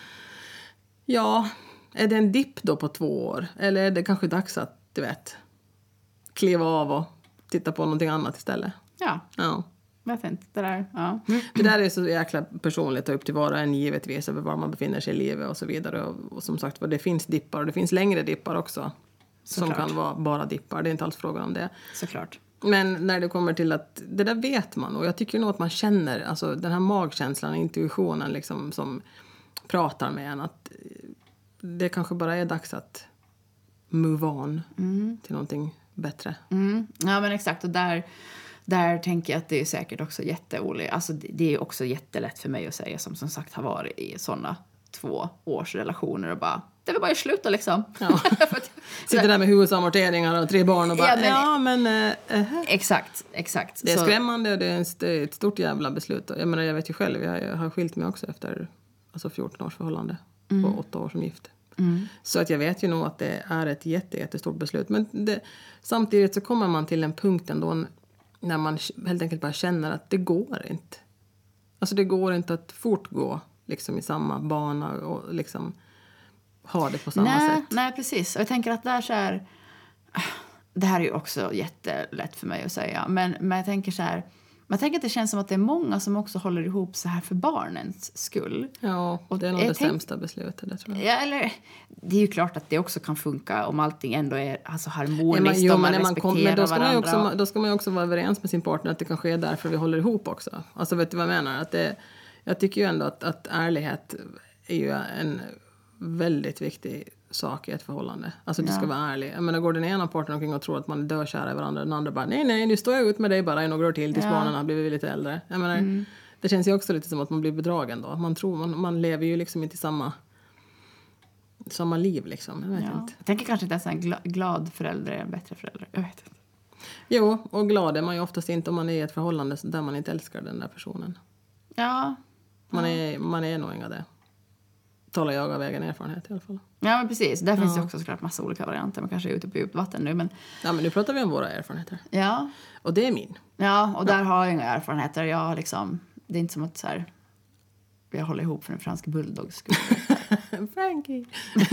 Ja, är det en dipp då på två år? Eller är det kanske dags att, du vet, kliva av och titta på någonting annat istället? Ja, Ja. vet inte, det där, ja. Det där är så jäkla personligt och upp till var och en givetvis över var man befinner sig i livet och så vidare. Och, och som sagt, det finns dippar och det finns längre dippar också. Såklart. Som kan vara bara dippar, det är inte alls frågan om det. Såklart. Men när det kommer till att, det där vet man. Och jag tycker nog att man känner, alltså den här magkänslan, intuitionen liksom som pratar med en. Att det kanske bara är dags att move on Mm. till någonting bättre. Mm. Ja, men exakt, och där... Där tänker jag att det är säkert också jätteoligt. Alltså det, det är också jättelätt för mig att säga som som sagt har varit i såna två års relationer och bara, det vill bara sluta liksom. Ja. För att- Sitter där med huvusamorteringar och tre barn och bara, Ja, ja men- men... eh, eh. Exakt, exakt. Det är Så- skrämmande och det är, en, det är ett stort jävla beslut. Jag menar, jag vet ju själv, jag, jag har skilt mig också efter alltså fjorton års förhållande och åtta år som gift. Mm. Så att jag vet ju nog att det är ett jätte, jättestort beslut. Men det, samtidigt så kommer man till en punkt ändå när man helt enkelt bara känner att det går inte. Alltså det går inte att fortgå liksom i samma bana och liksom ha det på samma nej, sätt. Nej, precis. Och jag tänker att där så här... Det här är ju också jättelätt för mig att säga. Men, men jag tänker så här... Man tänker att det känns som att det är många som också håller ihop så här för barnens skull. Ja, Och det är nog jag det tänk- sämsta beslutet, det tror jag. Ja, eller, det är ju klart att det också kan funka om allting ändå är alltså, harmoniskt. Ja, men, jo, om man men, när man respekterar kom, men då ska man ju varandra. också, då ska man ju också vara överens med sin partner att det kanske är därför vi håller ihop också. Alltså vet du vad jag menar? Att det, jag tycker ju ändå att, att ärlighet är ju en väldigt viktig sak i ett förhållande. Alltså du Ja. ska vara ärlig. Jag menar, går den ena parten omkring och tror att man är dökära i varandra, den andra bara nej, nej, nu står jag ut med dig bara i några år till tills Ja. barnen har blivit lite äldre. Jag menar, Mm. det känns ju också lite som att man blir bedragen då. Man tror, man, man lever ju liksom inte i samma, samma liv liksom. Jag vet Ja. inte. Jag tänker kanske inte ens en gla- glad förälder är en bättre förälder. Jag vet inte. Jo, och glad är man ju oftast inte om man är i ett förhållande där man inte älskar den där personen. Ja, Man är, man är nog inga det. talar jag av egen erfarenhet i alla fall. Ja, men precis. Där finns Ja. det också såklart massa olika varianter. Man kanske är ute på djupt vatten nu, men... Ja, men nu pratar vi om våra erfarenheter. Ja, Och det är min. ja och där har jag inga erfarenheter. Jag har liksom... Det är inte som att så här... Jag håller ihop för en fransk bulldog skull. Frankie.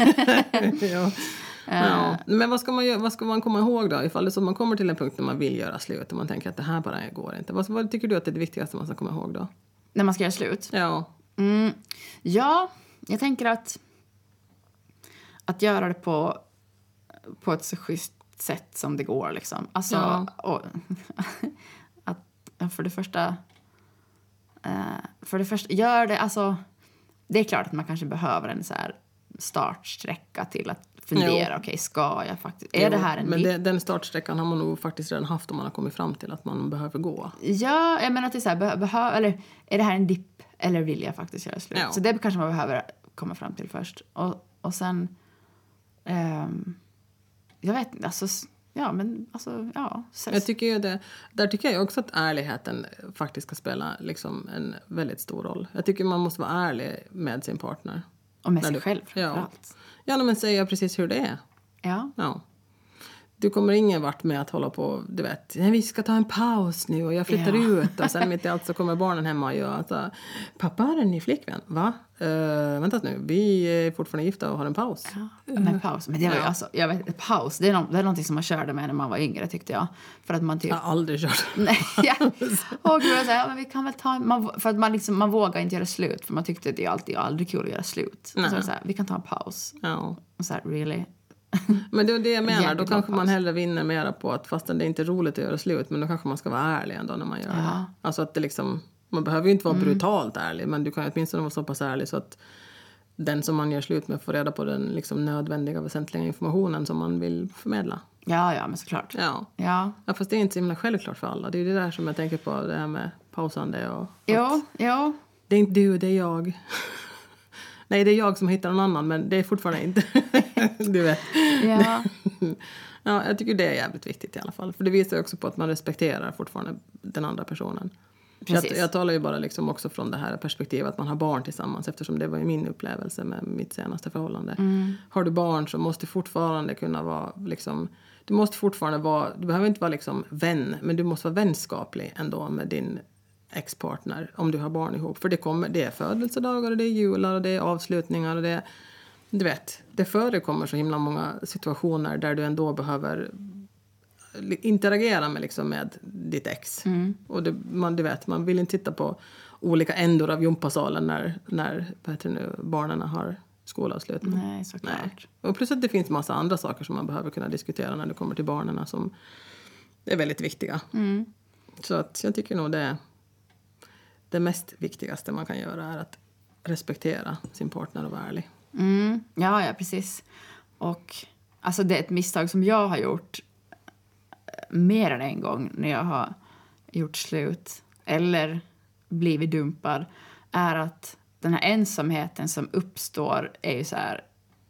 ja. Ja. Men vad ska, man göra, vad ska man komma ihåg då? Ifall det så man kommer till en punkt där man vill göra slut och man tänker att det här bara går inte. Vad, vad tycker du att det är det viktigaste man ska komma ihåg då? När man ska göra slut? Ja. Mm, ja, jag tänker att... Att göra det på, på ett så schysst sätt som det går. Liksom. Alltså, Ja. och, att, för det första... Uh, för det första, gör det... Alltså, det är klart att man kanske behöver en så här startsträcka till att fundera. Okej, okay, ska jag faktiskt... Är Jo, det här en... Men det, den startsträckan har man nog faktiskt redan haft om man har kommit fram till att man behöver gå. Ja, jag menar att det är så här... Behö, behö, eller är det här en dipp eller vill jag faktiskt göra slut? Ja. Så det kanske man behöver komma fram till först. Och, och sen... Um, jag vet inte, alltså... Ja, men alltså, ja. Så. Jag tycker ju det, där tycker jag också att ärligheten faktiskt ska spela liksom en väldigt stor roll. Jag tycker man måste vara ärlig med sin partner. Och med När sig du, själv ja. framförallt. Ja, men säga precis hur det är. Ja. Ja. Du kommer ingen vart med att hålla på, du vet, vi ska ta en paus nu och jag flyttar Ja. ut. Och sen mitt i allt så kommer barnen hemma och gör att pappa har en ny flickvän, va? Uh, vänta nu, vi är fortfarande gifta och har en paus. Ja, men paus. Men det var ju Ja. alltså, jag vet, paus, det är, no, det är någonting som man körde med när man var yngre tyckte jag. För att man typ... Jag har aldrig kört. Nej, ja. Och gud, jag säger, ja, men vi kan väl ta en, man, för att man liksom, man vågar inte göra slut. För man tyckte att det är alltid aldrig kul att göra slut. Nej. Så, det är så här, vi kan ta en paus. Ja. Och så här, really? Men det är det jag menar, då Jävligt kanske lång man paus. hellre vinner mera på att fastän det är inte roligt att göra slut, men då kanske man ska vara ärlig ändå när man gör Ja. det. Alltså att det liksom, man behöver ju inte vara brutalt ärlig, men du kan ju åtminstone vara så pass ärlig så att den som man gör slut med får reda på den liksom nödvändiga, väsentliga informationen som man vill förmedla. Ja, ja, men såklart. Ja. Ja. Ja, fast det är inte så himla självklart för alla. Det är ju det där som jag tänker på, det här med pausande och... Jo, jo. Det är inte du, det är jag. Nej, det är jag som hittar någon annan, men det är fortfarande inte... du vet. Ja. Ja, jag tycker det är jävligt viktigt i alla fall. För det visar ju också på att man respekterar fortfarande den andra personen. Jag, jag talar ju bara liksom också från det här perspektivet att man har barn tillsammans. Eftersom det var ju min upplevelse med mitt senaste förhållande. Mm. Har du barn så måste fortfarande kunna vara liksom... Du måste fortfarande vara... Du behöver inte vara liksom vän, men du måste vara vänskaplig ändå med din ex-partner. Om du har barn ihop. För det, kommer, det är födelsedagar och det är jular och det är avslutningar och det är... Du vet, det förekommer så himla många situationer där du ändå behöver interagera med, liksom, med ditt ex. Mm. Och det, man, du vet, man vill inte titta på olika ändor av gympasalen när, när vad heter det nu, barnen har skolavslutning. Nej, såklart. Nej. Och plus att det finns massa andra saker som man behöver kunna diskutera när det kommer till barnen som är väldigt viktiga. Mm. Så att jag tycker nog det, det mest viktigaste man kan göra är att respektera sin partner och vara ärlig. Mm, ja, ja, precis. Och alltså det är ett misstag som jag har gjort mer än en gång när jag har gjort slut eller blivit dumpad är att den här ensamheten som uppstår är ju så här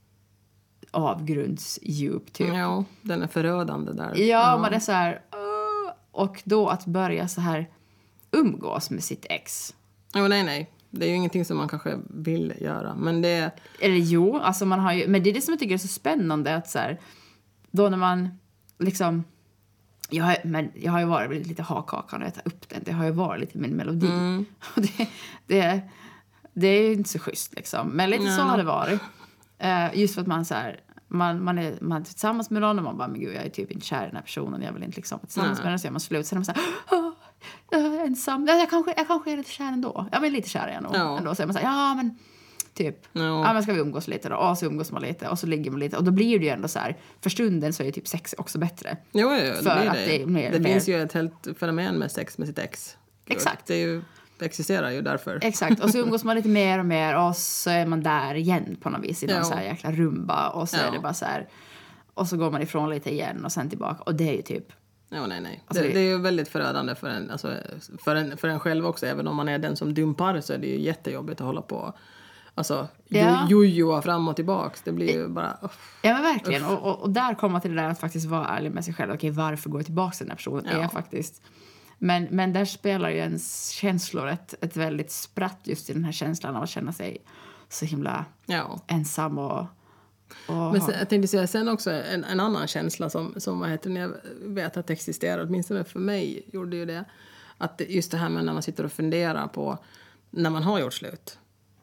avgrundsdjup typ. Ja, den är förödande där. Ja, ja. man är så här uh, och då att börja så här umgås med sitt ex. Jo, nej, nej. Det är ju ingenting som man kanske vill göra, men det... Eller jo, alltså man har ju... Men det är det som jag tycker är så spännande att så här... Då när man liksom... Jag har, men jag har ju varit lite hakhakan och jag tar upp den. Det har ju varit lite min melodi. Mm. Och det, det, det är ju inte så schysst liksom. Men lite mm. så har det varit. Uh, just för att man så här... Man, man, är, man är tillsammans med någon och man bara, men gud, jag är typ inte kär i den här personen. Jag vill inte liksom tillsammans mm. med den. Så är man slut. Sen är man så här... Oh, jag är ensam. Jag kanske, jag kanske är lite kär ändå. Jag är lite kär igen ja. ändå. Så är man så här, ja men... Typ, ja. ja men ska vi umgås lite då? Och så umgås man lite och så ligger man lite. Och då blir det ju ändå så här, för stunden så är typ sex också bättre. Jo, jo, det för blir att det. Det, är mer, det mer... finns ju ett helt fenomen med sex med sitt ex. Exakt. Det, är ju, det existerar ju därför. Exakt, och så umgås man lite mer och mer och så är man där igen på något vis i någon ja. så här jäkla rumba. Och så ja. är det bara så här, och så går man ifrån lite igen och sen tillbaka. Och det är ju typ... Ja, nej, nej. Alltså, det, det är ju väldigt förödande för en, alltså, för, en, för en själv också. Även om man är den som dumpar så är det ju jättejobbigt att hålla på. Alltså, ja. jojoa fram och tillbaks. Det blir ju bara... Uff. Ja, men verkligen. Och, och, och där kommer till det där att faktiskt vara ärlig med sig själv. Okej, varför går jag tillbaka till den här personen? Ja. Är jag faktiskt... Men, men där spelar ju ens känslor ett, ett väldigt spratt just i den här känslan av att känna sig så himla Ja. ensam och... och Men sen, jag tänkte säga sen också en, en annan känsla som, som vad heter det, jag vet att existerar, åtminstone för mig gjorde ju det. Att just det här med när man sitter och funderar på när man har gjort slut.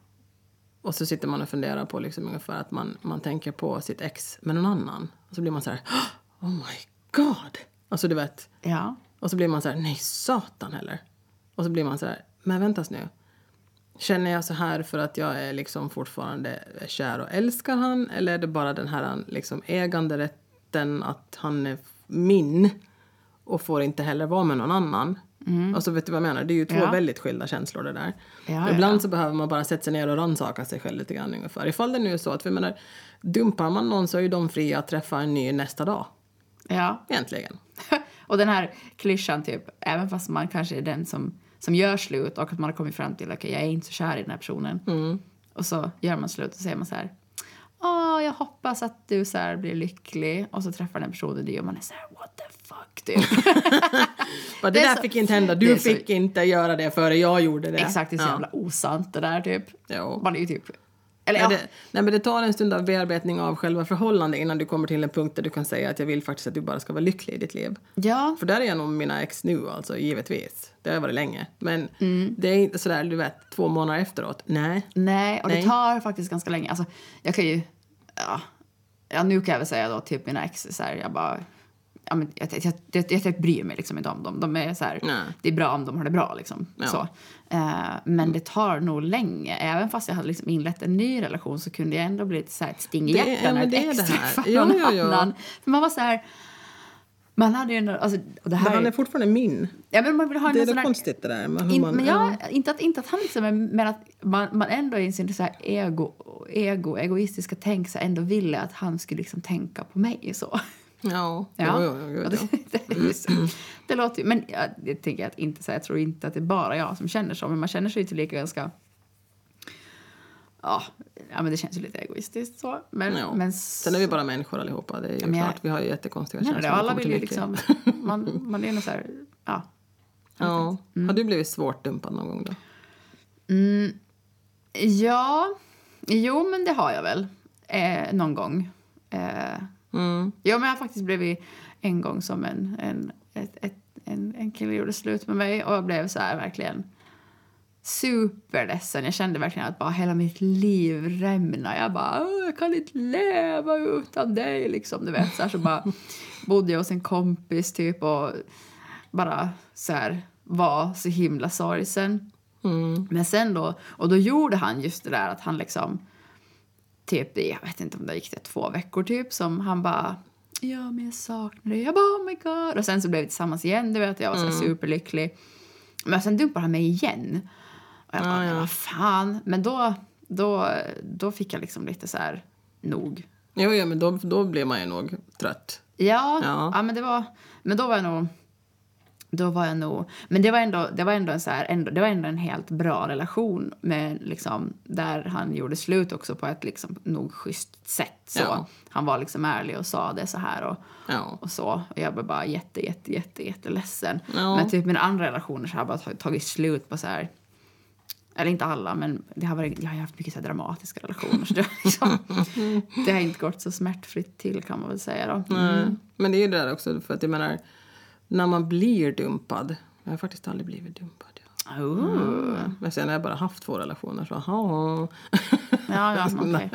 Och så sitter man och funderar på liksom ungefär att man, man tänker på sitt ex med någon annan. Och så blir man så här, oh my god. Alltså du vet. Ja. Och så blir man så här, nej satan heller. Och så blir man så här, men väntas nu. Känner jag så här för att jag är liksom fortfarande kär och älskar han? Eller är det bara den här liksom äganderätten att han är min och får inte heller vara med någon annan? Mm. Och så vet du vad jag menar? Det är ju två ja. väldigt skilda känslor det där. Ja, ibland ja. så behöver man bara sätta sig ner och rannsaka sig själv lite grann ungefär. Ifall det nu är så att, för jag menar, dumpar man någon så är ju de fria att träffa en ny nästa dag. Ja. Egentligen. Och den här klyschan typ, även fast man kanske är den som, som gör slut och att man har kommit fram till att okay, jag är inte så kär i den här personen. Mm. Och så gör man slut och säger man så här, åh, jag hoppas att du så här blir lycklig. Och så träffar den personen dig och man är så här, what the fuck, typ. det, det där så, fick inte hända, du fick så, inte göra det före jag gjorde det. Exakt, det är så ja. jävla osant det där typ. Jo. Man är ju typ... Eller, nej, ja. det, nej, men det tar en stund av bearbetning av själva förhållandet innan du kommer till en punkt där du kan säga att jag vill faktiskt att du bara ska vara lycklig i ditt liv. Ja. För där är jag nog mina ex nu, alltså, givetvis. Det har varit länge. Men mm. det är inte sådär, du vet, två månader efteråt. Nej. Nej, och nej. det tar faktiskt ganska länge. Alltså, jag kan ju... Ja, ja nu kan jag väl säga då, typ mina ex så här, jag bara... Ja, men jag, jag, jag, jag, jag bryr mig liksom inte om dem. De är så här, det är bra om de har det bra liksom. Ja. Så. Uh, men det tar nog länge. Även fast jag hade liksom inlett en ny relation så kunde jag ändå bli lite så här ett sting i hjärtan när ett ex träffade någon jo, jo, jo. annan. För man var så här... Man hade ju... Alltså, det här, men han är fortfarande min. Ja, men man vill ha det är det här, konstigt det där. Med in, man, men ja, ja. Inte, att, inte att han liksom... Men att man, man ändå i sin så här ego, ego, egoistiska tänk så ändå ville att han skulle liksom tänka på mig så. Ja, ja. Jo, jo, jo, det, det, det, det låter ju, men jag, jag tänker att inte så jag tror inte att det är bara jag som känner så, men man känner sig ju tillika ganska ja, ja men det känns ju lite egoistiskt så, men, ja. men sen är vi bara människor allihopa, det är ju ja, klart, jag, vi har ju jättekonstiga känslor. Nej, alla vill ju liksom man, man är ju så här, ja. Ja, mm. Har du blivit svårt dumpad någon gång då? Mm, ja, jo men det har jag väl eh, någon gång. Eh, Mm. Ja, men jag har faktiskt blivit en gång som en, en, ett, ett, en, en kille gjorde slut med mig. Och jag blev så här verkligen superledsen. Jag kände verkligen att bara hela mitt liv rämnade. Jag bara, jag kan inte leva utan dig liksom. Du vet, så här så bara bodde jag hos en kompis typ och bara så här var så himla sorgsen. Mm. Men sen då, och då gjorde han just det där att han liksom typ, jag vet inte om det gick det två veckor typ, som han bara, ja men jag saknar dig, jag bara oh my god, och sen så blev vi tillsammans igen, du vet, jag var så mm. superlycklig, men sen dumpade han mig igen och jag bara, ah, ja. vad fan, men då, då, då fick jag liksom lite så här nog. Jo, ja, men då, då blev man ju nog trött. Ja, ja. ja men det var, men då var jag nog Då var jag nog... Men det var ändå, det var ändå, en, så här, ändå, det var ändå en helt bra relation. Med, liksom, där han gjorde slut också på ett liksom, nog schysst sätt. Så. Ja. Han var liksom ärlig och sa det så här. Och, ja. och så. Och jag var bara jätte, jätte, jätte, jätte ledsen. Ja. Men typ mina andra relationer så har jag bara tagit, tagit slut på så här... Eller inte alla, men det har varit, jag har haft mycket så här dramatiska relationer. Så det, har liksom, det har inte gått så smärtfritt till, kan man väl säga då. Mm. Nej. Men det är ju det där också, för att jag menar... När man blir dumpad. Jag har faktiskt aldrig blivit dumpad. Ja. Oh. Mm. Men sen har jag bara haft två relationer. Så, aha. Ja, ja, okay.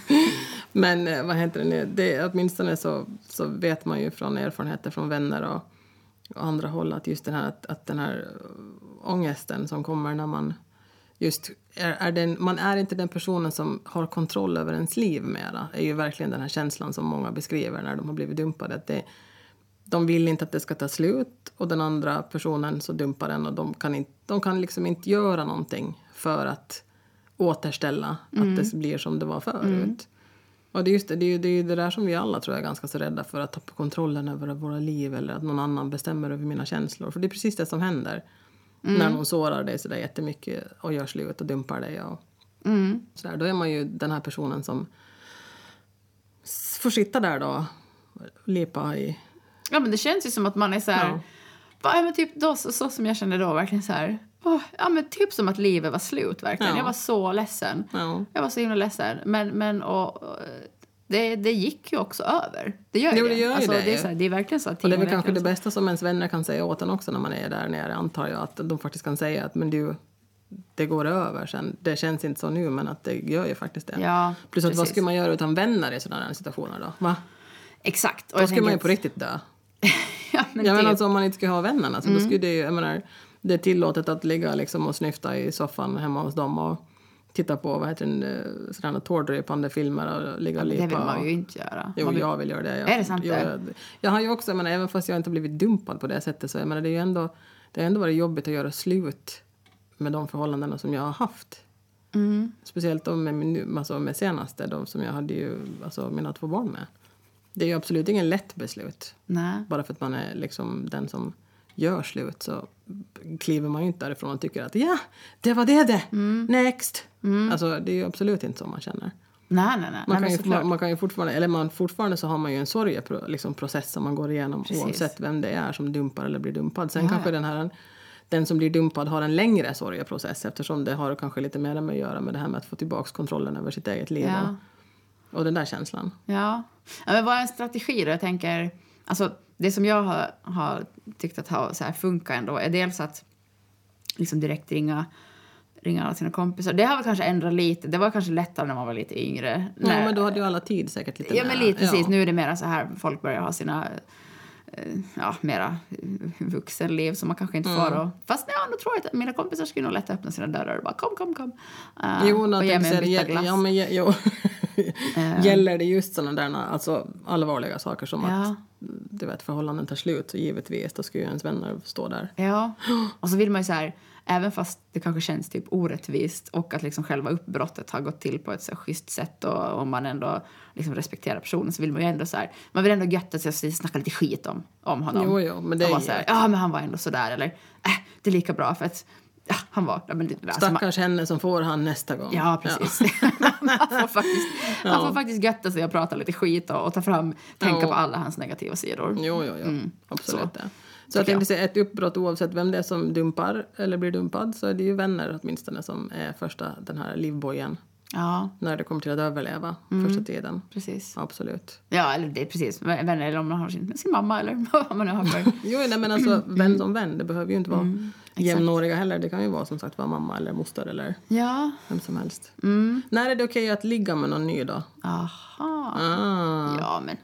Men vad heter det nu? Det, åtminstone så, så vet man ju från erfarenheter från vänner och, och andra håll. Att just den här, att, att den här ångesten som kommer när man just är, är den, man är inte den personen som har kontroll över ens liv mera. Det är ju verkligen den här känslan som många beskriver när de har blivit dumpade. Att det de vill inte att det ska ta slut och den andra personen så dumpar den och de kan, inte, de kan liksom inte göra någonting för att återställa mm. att det blir som det var förut. Mm. Och det är just det, det är ju det, är det där som vi alla tror jag är ganska så rädda för, att tappa kontrollen över våra liv eller att någon annan bestämmer över mina känslor. För det är precis det som händer mm. när någon sårar dig så där jättemycket och gör slut och dumpar dig. Och mm. så där, då är man ju den här personen som får sitta där då och lipa i... Ja, men det känns ju som att man är så här... Ja. Bara, men typ då, så, så som jag kände då, verkligen så här... Oh, ja, men typ som att livet var slut, verkligen. Ja. Jag var så ledsen. Ja. Jag var så himla ledsen. Men, men och, och, det, det gick ju också över. Det gör ju Jo, det. det gör ju alltså, det, det, är ju. så här, det är verkligen så att Och det är väl tiden kanske det verkligen så. bästa som ens vänner kan säga åt en också när man är där nere, antar jag. Att de faktiskt kan säga att men du, det går över sen. Det känns inte så nu, men att det gör ju faktiskt det. Ja, Plus att vad precis. skulle man göra utan vänner i sådana här situationer då? Va? Exakt. Och Då jag skulle man ju tänker på riktigt dö. ja, men Ja, men typ. alltså om man inte skulle ha vännerna så Mm. då skulle det ju, jag menar, det är tillåtet att ligga liksom och snyfta i soffan hemma hos dem och titta på, vad heter det, sådana tårdrypande filmer och ligga och Det lipa. vill man och- ju inte göra. Jo, Man vill... jag vill göra det. Jag, Är det sant jag, det? jag, jag har ju också, jag menar, även fast jag inte har blivit dumpad på det sättet så jag menar, det är ju ändå, det har ändå varit jobbigt att göra slut med de förhållandena som jag har haft. Mm. Speciellt de med, min- alltså med senaste, de som jag hade ju, alltså mina två barn med. Det är ju absolut ingen lätt beslut. Nej. Bara för att man är liksom den som gör slut så kliver man ju inte därifrån och tycker att ja, det var det det, Mm. next. Alltså det är ju absolut inte så man känner. Nej, nej, nej. Man, nej kan ju, men såklart. man, man kan ju fortfarande, eller man, fortfarande så har man ju en sorgeprocess liksom, process som man går igenom Precis. oavsett vem det är som dumpar eller blir dumpad. Sen Ja, kanske ja. den här, den som blir dumpad har en längre sorgeprocess eftersom det har kanske lite mer med att göra med det här med att få tillbaka kontrollen över sitt eget liv Ja. och, och den där känslan. Ja. Ja, men vad är en strategi då? Jag tänker, alltså det som jag har, har tyckt att ha så här funkar ändå är dels att liksom direkt ringa ringa alla sina kompisar. Det har väl kanske ändrat lite. Det var kanske lättare när man var lite yngre. Ja, När, men då hade ju alla tid säkert lite ja, mer. men lite precis. Ja. Nu är det mer så här folk börjar ha sina eh, ja, mera vuxenliv som man kanske inte får. Och, fast ja, då tror jag att mina kompisar skulle nog lätt öppna sina dörrar och bara kom, kom, kom. Uh, Jo, och ge mig en det, bytta glass. ja, men ge- jo. Gäller det just sådana där alltså, allvarliga saker som Ja. att du vet, förhållanden tar slut så givetvis då ska ju ens vänner stå där. Ja, och så vill man ju så här, även fast det kanske känns typ orättvist och att liksom själva uppbrottet har gått till på ett så här schysst sätt och om man ändå liksom respekterar personen så vill man ju ändå så här, man vill ändå götta sig och snacka lite skit om, om honom. Jo, jo, men det och är vara så här, ja men han var ändå så där eller äh, det är lika bra för att ja, han var, ja, men det, alltså, man, Stackars henne som får han nästa gång. ja precis. man får faktiskt, man Ja. får faktiskt götta sig och prata lite skit och, och ta fram, tänka Ja. på alla hans negativa sidor. Jo, jo, jo. Mm, Absolut så. det. Så jag Tycker tänkte säga ett uppbrott oavsett vem det är som dumpar eller blir dumpad så är det ju vänner åtminstone som är första den här livbojen Ja, när det kommer till att överleva Mm. första tiden. precis. Absolut. Ja, eller det är precis. Vänner eller om man har sin, sin mamma eller vad man nu har för. Jo, nej, men alltså vän som vän. Det behöver ju inte vara Mm, exakt. jämnåriga heller. Det kan ju vara som sagt vara mamma eller moster eller Ja. vem som helst. Mm. När är det okej att ligga med någon ny då? Aha. Ah. Ja, men...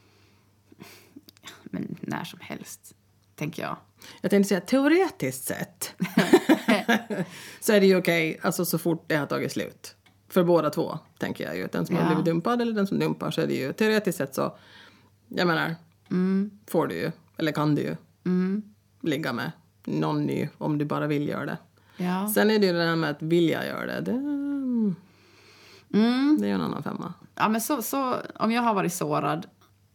Men när som helst, tänker jag. Jag tänkte säga teoretiskt sett så är det ju okej alltså så fort det har tagit slut. För båda två, tänker jag ju. Den som Ja. har blivit dumpad eller den som dumpar så är det ju teoretiskt sett så, jag menar, Mm. får du ju, eller kan du ju Mm. ligga med någon ny om du bara vill göra det. Ja. Sen är det ju det här med att vilja göra det. Det, Mm. det är ju en annan femma. Ja, men så, så, om jag har varit sårad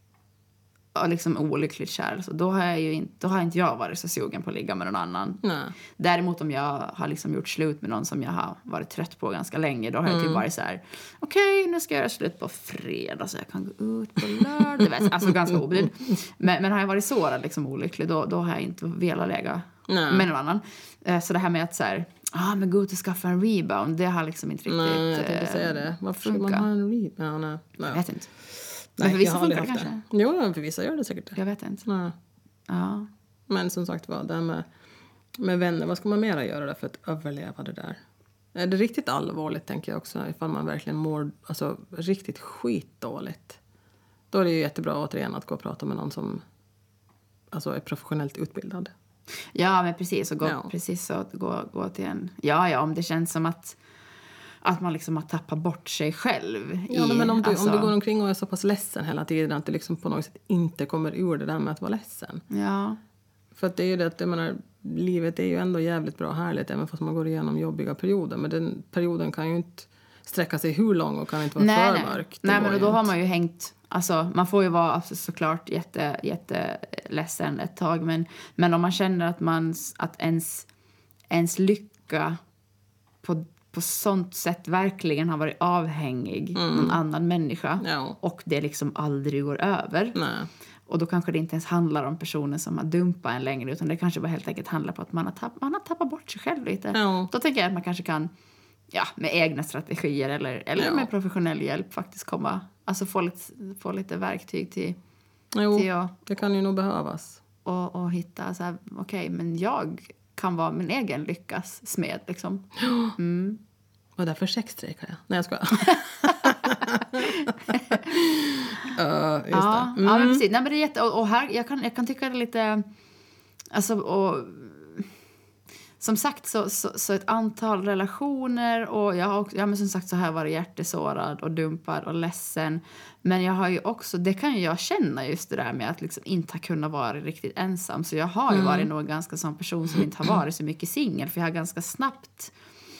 och liksom olyckligt kär så då har, jag ju inte, då har inte jag varit så sugen på att ligga med någon annan. Nej. Däremot om jag har liksom gjort slut med någon som jag har varit trött på ganska länge då har jag typ varit så här: okej, nu ska jag göra slut på fredag så jag kan gå ut på lördag. Du vet, alltså ganska obrydd. Men, men har jag varit sårad liksom olycklig då, då har jag inte velat lägga Nej. med någon annan. Eh, Så det här med att så här, ah, men gå ut och skaffa en rebound, det har liksom inte riktigt Nej, jag tänkte eh, säga det. Varför ska man funka. ha en reap? Ja, nej. nej. Jag vet inte. Nej, Men för vissa jag har aldrig funkar det haft kanske. det. Jo, för vissa gör det säkert det. Jag vet inte. Nej. Ja. Men som sagt var, det här med, med vänner, vad ska man mera göra där för att överleva det där? Är det riktigt allvarligt, tänker jag också, ifall man verkligen mår alltså, riktigt skitdåligt. Då är det ju jättebra återigen att gå och prata med någon som alltså, är professionellt utbildad. Ja, men precis. Och gå, Ja. precis så att gå, gå till en... Ja, ja, om det känns som att, att man liksom har tappat bort sig själv. Ja, i, men om du, alltså, om du går omkring och är så pass ledsen hela tiden att du liksom på något sätt inte kommer ur det där med att vara ledsen. Ja, För att det är ju det att, jag menar, livet är ju ändå jävligt bra och härligt även fast man går igenom jobbiga perioder. Men den perioden kan ju inte sträcka sig hur lång och kan inte vara nej, för nej. mörk. Det Nej, går men ju då har inte. man ju hängt... Alltså, man får ju vara alltså, såklart jätte, jätte ledsen ett tag. Men, men om man känner att, man, att ens, ens lycka på, på sånt sätt verkligen har varit avhängig Mm. någon annan människa. Ja. Och det liksom aldrig går över. Nej. Och då kanske det inte ens handlar om personer som har dumpat en längre. Utan det kanske bara helt enkelt handlar på att man har, tapp, man har tappat bort sig själv lite. Ja. Då tänker jag att man kanske kan, ja, med egna strategier eller, eller Ja. med professionell hjälp faktiskt komma. Alltså få lite, få lite verktyg till, Jo, till att, det kan ju nog behövas. och, och hitta så här, okej, okay, men jag kan vara min egen lyckas smed liksom. Mm. Och därför sexstrejkar jag. Nej, jag ska. uh, just Ja, det. Mm. ja, men precis. Nej, men det är jätte, och, och här, jag kan, jag kan tycka det är lite, alltså, och som sagt så, så, så ett antal relationer och jag har också, ja, men som sagt så har jag varit hjärtesårad och dumpad och ledsen. Men jag har ju också, det kan ju jag känna just det där med att liksom inte ha kunnat vara riktigt ensam. Så jag har ju Mm. varit nog ganska sån person som inte har varit så mycket singel. För jag har ganska snabbt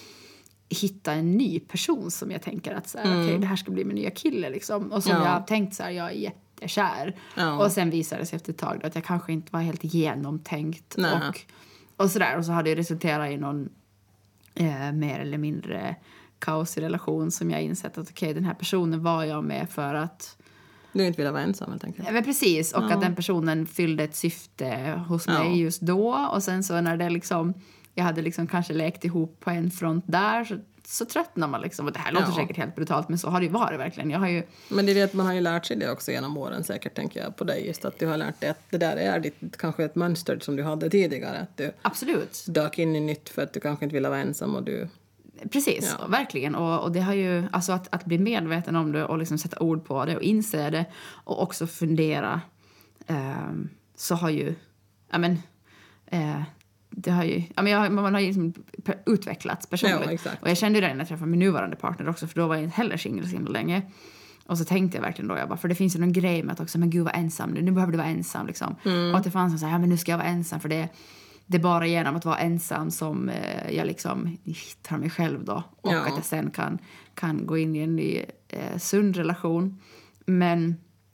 hitta en ny person som jag tänker att så här, Mm. okej, det här ska bli min nya kille liksom. Och som Ja. jag har tänkt så här, jag är jättekär. Ja. Och sen visade det sig efter ett tag då att jag kanske inte var helt genomtänkt. Nej. Och, och sådär. Och så hade det resulterat i någon eh, mer eller mindre kaos i relation som jag insett att okej, den här personen var jag med för att Du inte vill vara ensam helt enkelt. ja, men precis, och Ja. att den personen fyllde ett syfte hos Ja. mig just då. Och sen så när det liksom, jag hade liksom kanske lekt ihop på en front där så, så tröttnar man liksom. Och det här låter Ja. säkert helt brutalt, men så har det ju varit verkligen. Jag har ju, Men det är det att man har ju lärt sig det också genom åren säkert, tänker jag på dig. Just att du har lärt dig att det där är ditt, kanske ett mönster som du hade tidigare. Att du absolut, dök in i nytt för att du kanske inte ville vara ensam och du... precis, Ja. verkligen. Och, och det har ju, alltså att, att bli medveten om det och liksom sätta ord på det och inse det och också fundera, eh, så har ju, ja men, eh, det har ju, ja men jag, man har ju liksom per- utvecklats personligt. Ja, exakt. Och jag kände ju det när jag träffade min nuvarande partner också, för då var jag inte heller singel så himla länge. Och så tänkte jag verkligen då, jag bara, för det finns ju någon grej med att också, men gud vad ensam nu, nu behöver du vara ensam liksom. Mm. Och att det fanns en så här, ja men nu ska jag vara ensam för det det är bara genom att vara ensam som eh, jag liksom hittar mig själv då. Och Ja. att jag sen kan, kan gå in i en ny eh, sund relation. Men,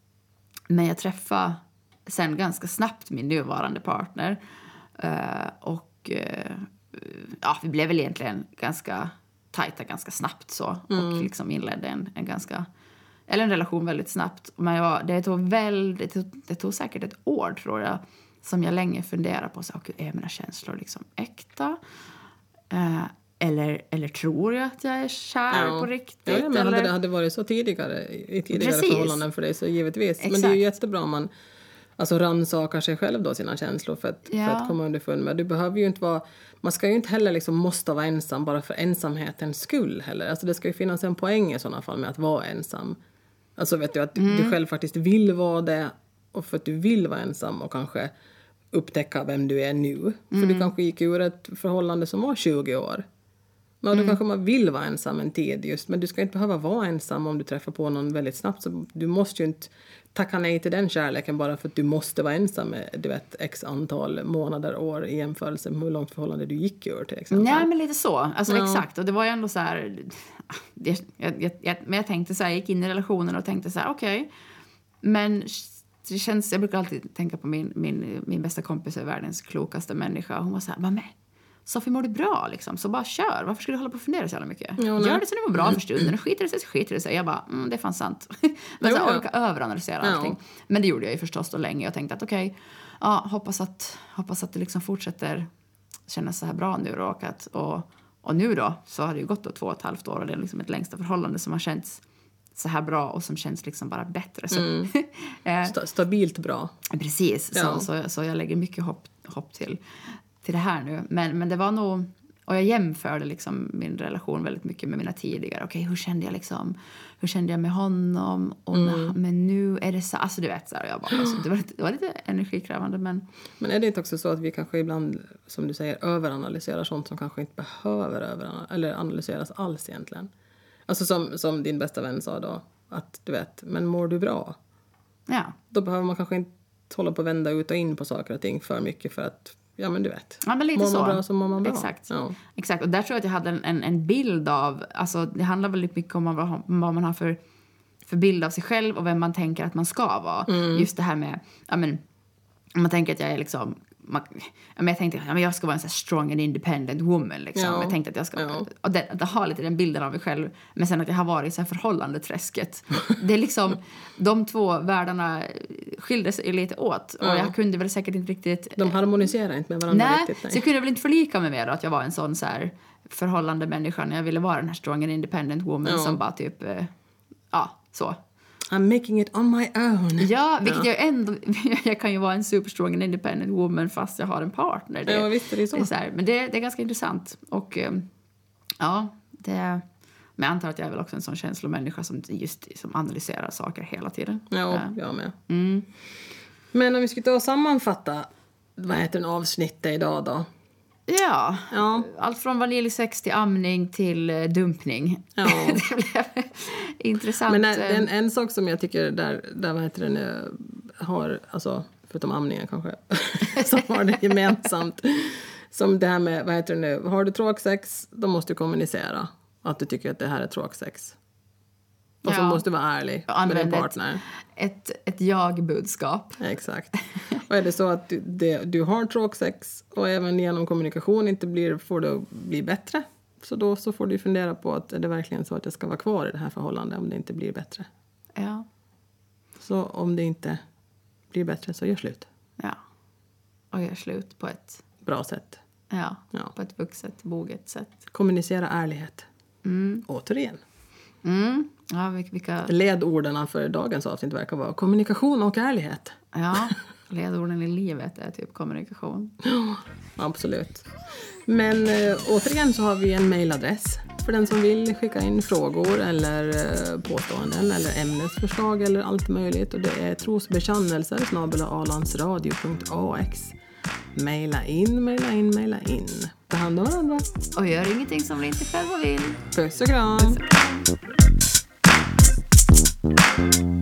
men jag träffade sen ganska snabbt min nuvarande partner. Eh, och eh, ja, vi blev väl egentligen ganska tajta ganska snabbt så. Mm. Och liksom inledde en, en ganska, eller en relation väldigt snabbt. Men jag, det, tog väl, det, tog, det tog säkert ett år tror jag. Som jag länge funderar på. Så, okay, är mina känslor liksom äkta? Eh, eller, eller tror jag att jag är kär Ja. på riktigt? Ja, men eller? hade det hade varit så tidigare, i tidigare Precis. förhållanden för dig så givetvis. Men det är Exakt. ju jättebra om man alltså, rannsakar sig själv då, sina känslor för att, Ja. för att komma underfund med. Du behöver ju inte vara, man ska ju inte heller liksom måste vara ensam bara för ensamhetens skull heller. Alltså det ska ju finnas en poäng i sådana fall med att vara ensam. Alltså vet du att Mm. du själv faktiskt vill vara det och för att du vill vara ensam och kanske upptäcka vem du är nu. För Mm. du kanske gick ur ett förhållande som var tjugo år. Men då Mm. kanske man vill vara ensam en tid just. Men du ska inte behöva vara ensam om du träffar på någon väldigt snabbt. Så du måste ju inte tacka nej till den kärleken bara för att du måste vara ensam med, du vet, x antal månader, år i jämförelse med hur långt förhållande du gick ur till exempel. Nej, men lite så. Alltså Ja. exakt. Och det var ju ändå så här... Det, jag, jag, jag, men jag tänkte så här, jag gick in i relationen och tänkte så här, okej. Okay, men det känns, jag brukar alltid tänka på min, min, min bästa kompis är världens klokaste människa. Hon var så här, vad med? Sofie, mår du bra liksom? Så bara kör. Varför ska du hålla på och fundera så jävla mycket? Ja, Gör nej. det så det mår bra för stunden. Skiter det sig så skiter det sig. Jag bara, mm, det är fan sant. Men Jo, så här, ja. orka överanalysera allting. Ja. Men det gjorde jag ju förstås då länge. Jag tänkte att okej, okay, ja, hoppas att, hoppas att det liksom fortsätter kännas så här bra nu då. Och, att, och, och nu då så har det ju gått då två och ett halvt år. Och det är liksom ett längsta förhållande som har känts så här bra och som känns liksom bara bättre. Så, Mm. eh, Sta- stabilt bra. precis, Ja. så, så, så jag lägger mycket hopp, hopp till, till det här nu. Men, men det var nog, och jag jämförde liksom min relation väldigt mycket med mina tidigare. Okej, hur kände jag liksom, hur kände jag med honom? Och med, Mm. men nu är det så, alltså du vet så här, jag bara, alltså, det, var lite, det var lite energikrävande men... Men är det inte också så att vi kanske ibland, som du säger, överanalyserar sånt som kanske inte behöver överanal- eller analyseras alls egentligen? Alltså som, som din bästa vän sa då, att du vet, men mår du bra? Ja, Då behöver man kanske inte hålla på att vända ut och in på saker och ting för mycket för att, ja men du vet. ja men lite mår så. man bra så mår man bra. Exakt. Ja. Exakt, och där tror jag att jag hade en, en, en bild av, alltså det handlar väldigt mycket om vad, vad man har för, för bild av sig själv och vem man tänker att man ska vara. Mm. Just det här med, ja men, man tänker att jag är liksom... Man, men jag tänkte att ja, jag ska vara en så här strong and independent woman. Liksom. Ja. Jag tänkte att jag ska Ja. och det, att ha lite den bilden av mig själv. Men sen att jag har varit i så här förhållande träsket. Det är liksom... De två världarna skilde sig lite åt. Och Ja. jag kunde väl säkert inte riktigt... De harmoniserar inte med varandra nej, riktigt. Nej, så jag kunde väl inte förlika mig med då, att jag var en sån så här förhållande människa när jag ville vara den här strong and independent woman Ja. som bara typ... Eh, ja, så. I'm making it on my own. Ja, vilket Ja. jag ändå... Jag kan ju vara en super strong and independent woman fast jag har en partner. Det, Ja, visst är det så. det är så här, men det, det är ganska intressant. Och eh, ja, det... Men jag antar att jag är väl också en sån känslomänniska som just som analyserar saker hela tiden. Ja, Eh, jag med. Mm. Men om vi ska ta och sammanfatta, vad heter en avsnitt idag då? Ja, Ja. allt från vaniljsex till amning till eh, dumpning. Ja. Det blev intressant. Men en, eh, en, en sak som jag tycker där, där vad heter det nu, har, alltså, förutom amningen kanske, som har det gemensamt. Som det här med, vad heter det nu, har du tråksex, då måste du kommunicera att du tycker att det här är tråksex. Och så Ja. måste du vara ärlig med din Använd ett- partner. Ett, ett jag-budskap. Ja, exakt. Och är det så att du, det, du har tråksex och även genom kommunikation inte blir, får det bli bättre, så då så får du fundera på att är det verkligen så att jag ska vara kvar i det här förhållandet om det inte blir bättre. Ja. Så om det inte blir bättre så gör slut. Ja. Och gör slut på ett, Bra sätt. ja, Ja. på ett vuxet, moget sätt. Kommunicera ärlighet. Mm. Återigen. Mm. Ja, vil- vilka... Ledorden för dagens avsnitt verkar vara kommunikation och ärlighet. Ja, ledorden i livet är typ kommunikation. Absolut. Men äh, återigen så har vi en mailadress för den som vill skicka in frågor eller äh, påståenden eller ämnesförslag eller allt möjligt. Och det är trosbekännelser snabel-a alandsradio punkt a x. Maila in, maila in, maila in. Ta hand om varandra. Och gör ingenting som vi inte själva vill. Puss och kram. Puss och kram.